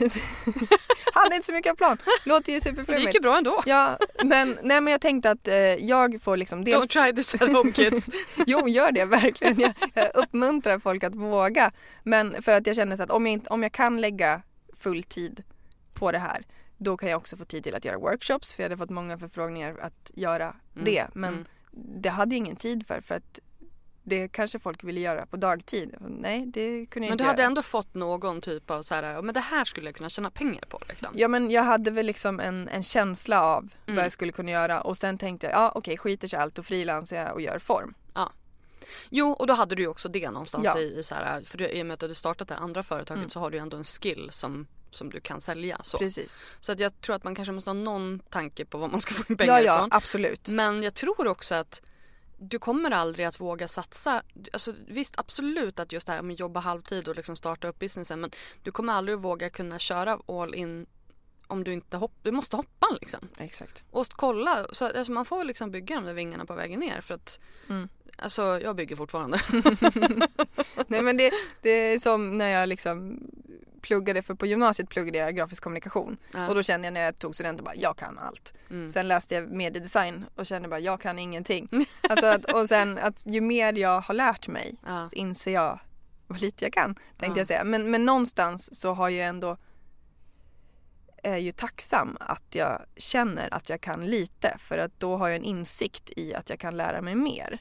hade inte så mycket av plan. Låter ju Det superflummigt. gick ju bra ändå. Ja, men, nej, men jag tänkte att eh, jag får liksom dels... Don't try this at home, kids. Jo, gör det verkligen. Jag, jag uppmuntrar folk att våga. Men för att jag känner så att om jag, inte, om jag kan lägga full tid på det här, då kan jag också få tid till att göra workshops. För jag hade fått många förfrågningar att göra Mm. det. Men Mm. det hade jag ingen tid för. För att det kanske folk ville göra på dagtid. Nej, det kunde jag Men inte du hade göra. ändå fått någon typ av så här, men det här skulle jag kunna tjäna pengar på liksom. Ja, men jag hade väl liksom en, en känsla av Mm. vad jag skulle kunna göra. Och sen tänkte jag, ja okej, skiter sig allt och frilansar jag och gör form. Jo, och då hade du ju också det någonstans Ja. i, i så här, för du, i och med att du hade startat det här andra företaget Mm. så har du ju ändå en skill som, som du kan sälja. Så. Precis. så att jag tror att man kanske måste ha någon tanke på vad man ska få in pengar Ja, ja, ifrån. absolut. Men jag tror också att du kommer aldrig att våga satsa. Alltså, visst, absolut att just det här med jobba halvtid och liksom starta upp businessen. Men du kommer aldrig att våga kunna köra all in om du inte hoppar. Du måste hoppa liksom. Exakt. Och kolla. Så, alltså, man får liksom bygga de där vingarna på vägen ner. För att, Mm. alltså jag bygger fortfarande. Nej, men det, det är som när jag liksom pluggade, för på gymnasiet pluggade jag grafisk kommunikation. Ja. Och då kände jag när jag tog studenten bara, jag kan allt. Mm. Sen läste jag mediedesign och kände bara, jag kan ingenting. Alltså att, och sen att ju mer jag har lärt mig Ja. så inser jag vad lite jag kan, tänkte Ja. jag säga. Men, men någonstans så har jag ändå, är ju tacksam att jag känner att jag kan lite. För att då har jag en insikt i att jag kan lära mig mer.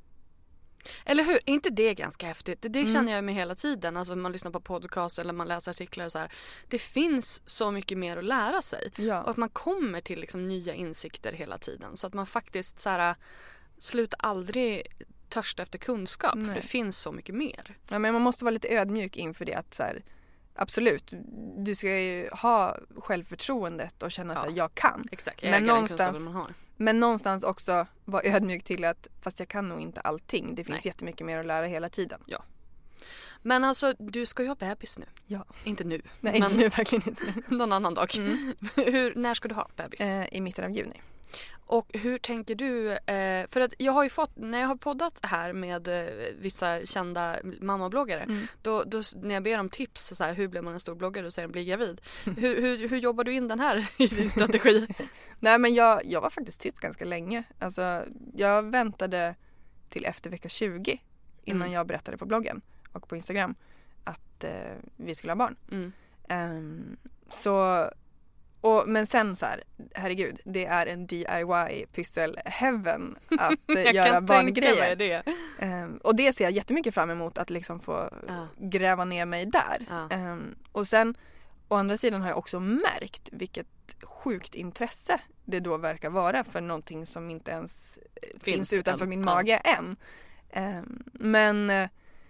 Eller hur? Är inte det ganska häftigt? Det, det Mm. känner jag med hela tiden. Alltså man lyssnar på podcast eller man läser artiklar och så här. Det finns så mycket mer att lära sig. Och Ja, att man kommer till liksom nya insikter hela tiden. Så att man faktiskt så här, slutar aldrig törsta efter kunskap. Nej. För det finns så mycket mer. ja, men man måste vara lite ödmjuk inför det. Att så här, absolut, du ska ju ha självförtroendet och känna Ja. att jag kan. Exakt. Men Äga den någonstans- kunskapen man har. Men någonstans också vara ödmjuk till att fast jag kan nog inte allting. Det finns Nej. jättemycket mer att lära hela tiden. Men alltså, du ska ju ha bebis nu. Ja. Inte nu. Nej, men inte nu, verkligen inte. någon annan dag. Mm. Hur, när ska du ha bebis? Eh, I mitten av juni. Och hur tänker du, eh, för att jag har ju fått, när jag har poddat här med eh, vissa kända mammabloggare, Mm. då, då när jag ber om tips, så här, hur blir man en stor bloggare och säger bli gravid, hur, hur, hur jobbar du in den här i din strategi? Nej, men jag, jag var faktiskt tyst ganska länge. Alltså, jag väntade till efter vecka tjugo innan Mm. jag berättade på bloggen och på Instagram att eh, vi skulle ha barn. Mm. Ehm, så, och, men sen så här, herregud, det är en D I Y-pyssel-heaven att eh, Jag göra kan tänka mig barngrejer. det. Ehm, och det ser jag jättemycket fram emot, att liksom få Ja. gräva ner mig där. Ja. Ehm, och sen, å andra sidan har jag också märkt vilket sjukt intresse det då verkar vara för någonting som inte ens eh, finns, Finns utanför än. min Ja. mage än. Ehm, men eh,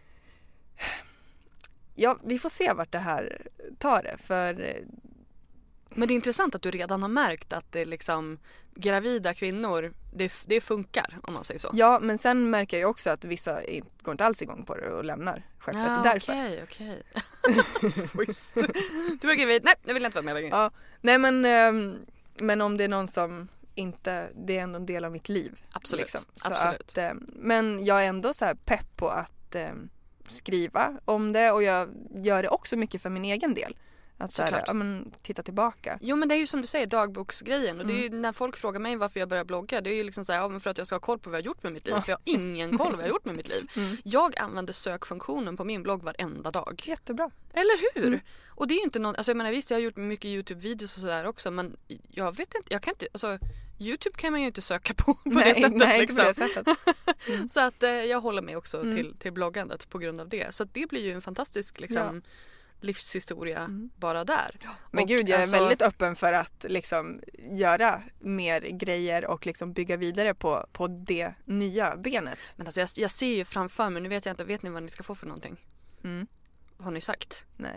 ja, vi får se vart det här tar det. För eh, Men det är intressant att du redan har märkt att det liksom, gravida kvinnor, det, det funkar om man säger så. ja, men sen märker jag också att vissa inte, går inte alls igång på det och lämnar skeppet därför. Okej, okej. Schysst. Du var gravid, nej jag vill inte vara med längre. Ja, nej men, ehm, men om det är någon som inte, det är ändå en del av mitt liv. Absolut, liksom. Så absolut. Att, ehm, men jag är ändå så här pepp på att ehm, skriva om det, och jag gör det också mycket för min egen del. Att så här, Såklart. ja, men, titta tillbaka. Jo, men det är ju som du säger, dagboksgrejen. Och det är ju, Mm. när folk frågar mig varför jag börjar blogga, det är ju liksom så här, ja, men för att jag ska ha koll på vad jag har gjort med mitt liv. Ja. För jag har ingen koll på vad jag har gjort med mitt liv. Mm. Jag använder sökfunktionen på min blogg varenda dag. Jättebra. Eller hur? Mm. Och det är ju inte någon, alltså jag menar visst, jag har gjort mycket YouTube-videos och sådär också, men jag vet inte, jag kan inte, alltså YouTube kan man ju inte söka på på nej, det sättet nej, liksom. inte på det sättet. Så att eh, jag håller mig också Mm. till, till bloggandet på grund av det. Så att det blir ju en fantastisk liksom, livshistoria Mm. bara där. Men Och, gud, jag är alltså- väldigt öppen för att liksom göra mer grejer och liksom bygga vidare på, på det nya benet. Men alltså jag, jag ser ju framför mig, nu vet jag inte, vet ni vad ni ska få för någonting? Mm. Har ni sagt? Nej.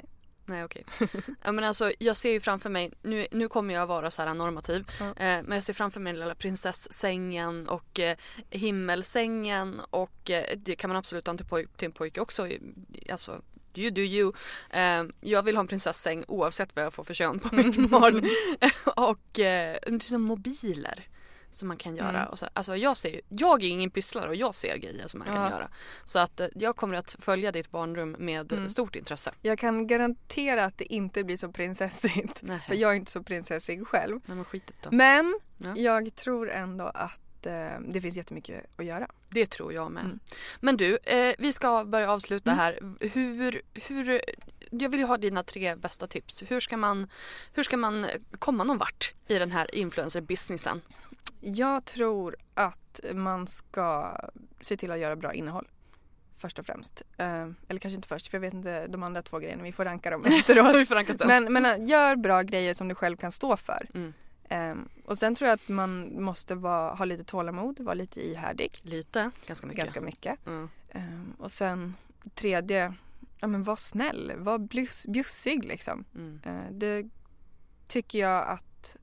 Nej, okej. Okay. Ja, men alltså, jag ser ju framför mig, nu, nu kommer jag vara så här normativ, Ja. eh, men jag ser framför mig den lilla prinsessängen och eh, himmelsängen och eh, det kan man absolut ha till, poj- till en pojke också. Alltså, you do you. Eh, jag vill ha en prinsessäng oavsett vad jag får för kön på mitt barn. och eh, liksom mobiler som man kan göra. Mm. Och så, alltså jag, ser, jag är ingen pysslare och jag ser grejer som man kan Ja. göra. Så att eh, jag kommer att följa ditt barnrum med Mm. stort intresse. Jag kan garantera att det inte blir så prinsessigt. Nej. För jag är inte så prinsessig själv. Nej, men skitigt då. Men Ja. jag tror ändå att eh, det finns jättemycket att göra. Det tror jag med. Mm. Men du, eh, vi ska börja avsluta Mm. här. Hur, hur, jag vill ju ha dina tre bästa tips. Hur ska man, hur ska man komma någon vart i den här influencer-businessen? Jag tror att man ska se till att göra bra innehåll. Först och främst. Eh, eller kanske inte först, för jag vet inte de andra två grejerna. Vi får ranka dem efteråt. Vi får ranka sen. men, men äh, gör bra grejer som du själv kan stå för. Mm. Um, och sen tror jag att man måste vara, ha lite tålamod, vara lite ihärdig. Lite, ganska mycket. Ganska mycket. Mm. Um, och sen tredje, ja men var snäll, var bjus, bjussig liksom. Mm. Uh, det tycker jag att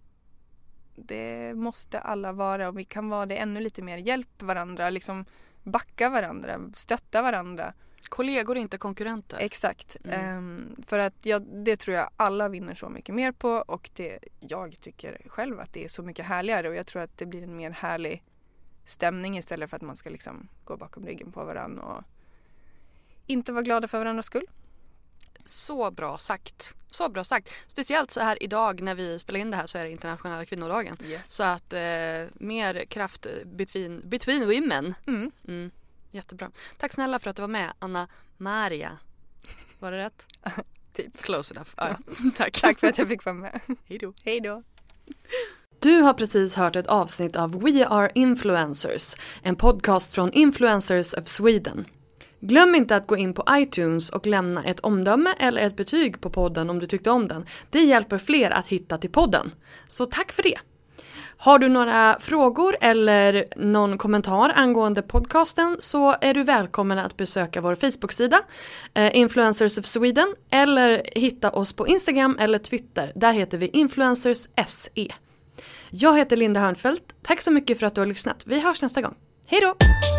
det måste alla vara, och vi kan vara det ännu lite mer. Hjälp varandra, liksom backa varandra, stötta varandra. Kollegor, inte konkurrenter. Exakt. Mm. Um, för att jag, det tror jag alla vinner så mycket mer på, och det, jag tycker själv att det är så mycket härligare, och jag tror att det blir en mer härlig stämning istället för att man ska liksom gå bakom ryggen på varandra och inte vara glada för varandras skull. Så bra sagt. Så bra sagt. Speciellt så här idag när vi spelar in det här så är det internationella kvinnodagen. Yes. Så att eh, mer kraft between, between women. Mm. Mm. Jättebra. Tack snälla för att du var med, Anna Maria. Var det rätt? Typ. Close enough. Ah, ja. Tack. Tack för att jag fick vara med. Hej då. Hej då. Du har precis hört ett avsnitt av We Are Influencers, en podcast från Influencers of Sweden. Glöm inte att gå in på iTunes och lämna ett omdöme eller ett betyg på podden om du tyckte om den. Det hjälper fler att hitta till podden. Så tack för det! Har du några frågor eller någon kommentar angående podcasten så är du välkommen att besöka vår Facebook-sida eh, Influencers of Sweden, eller hitta oss på Instagram eller Twitter. Där heter vi Influencers S E. Jag heter Linda Hörnfeldt. Tack så mycket för att du har lyssnat. Vi hörs nästa gång. Hej då!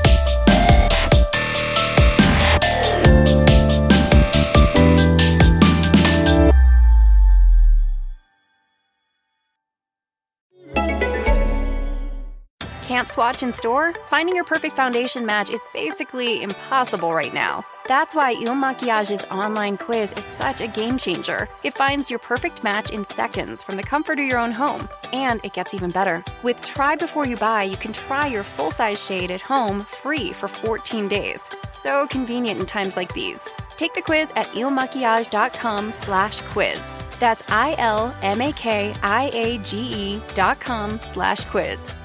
Can't swatch in store? Finding your perfect foundation match is basically impossible right now. That's why Il Makiage's online quiz is such a game changer. It finds your perfect match in seconds from the comfort of your own home. And it gets even better. With Try Before You Buy, you can try your full-size shade at home free for fourteen days. So convenient in times like these. Take the quiz at ilmakiage.com slash quiz. That's I L M A K I A G E dot com slash quiz.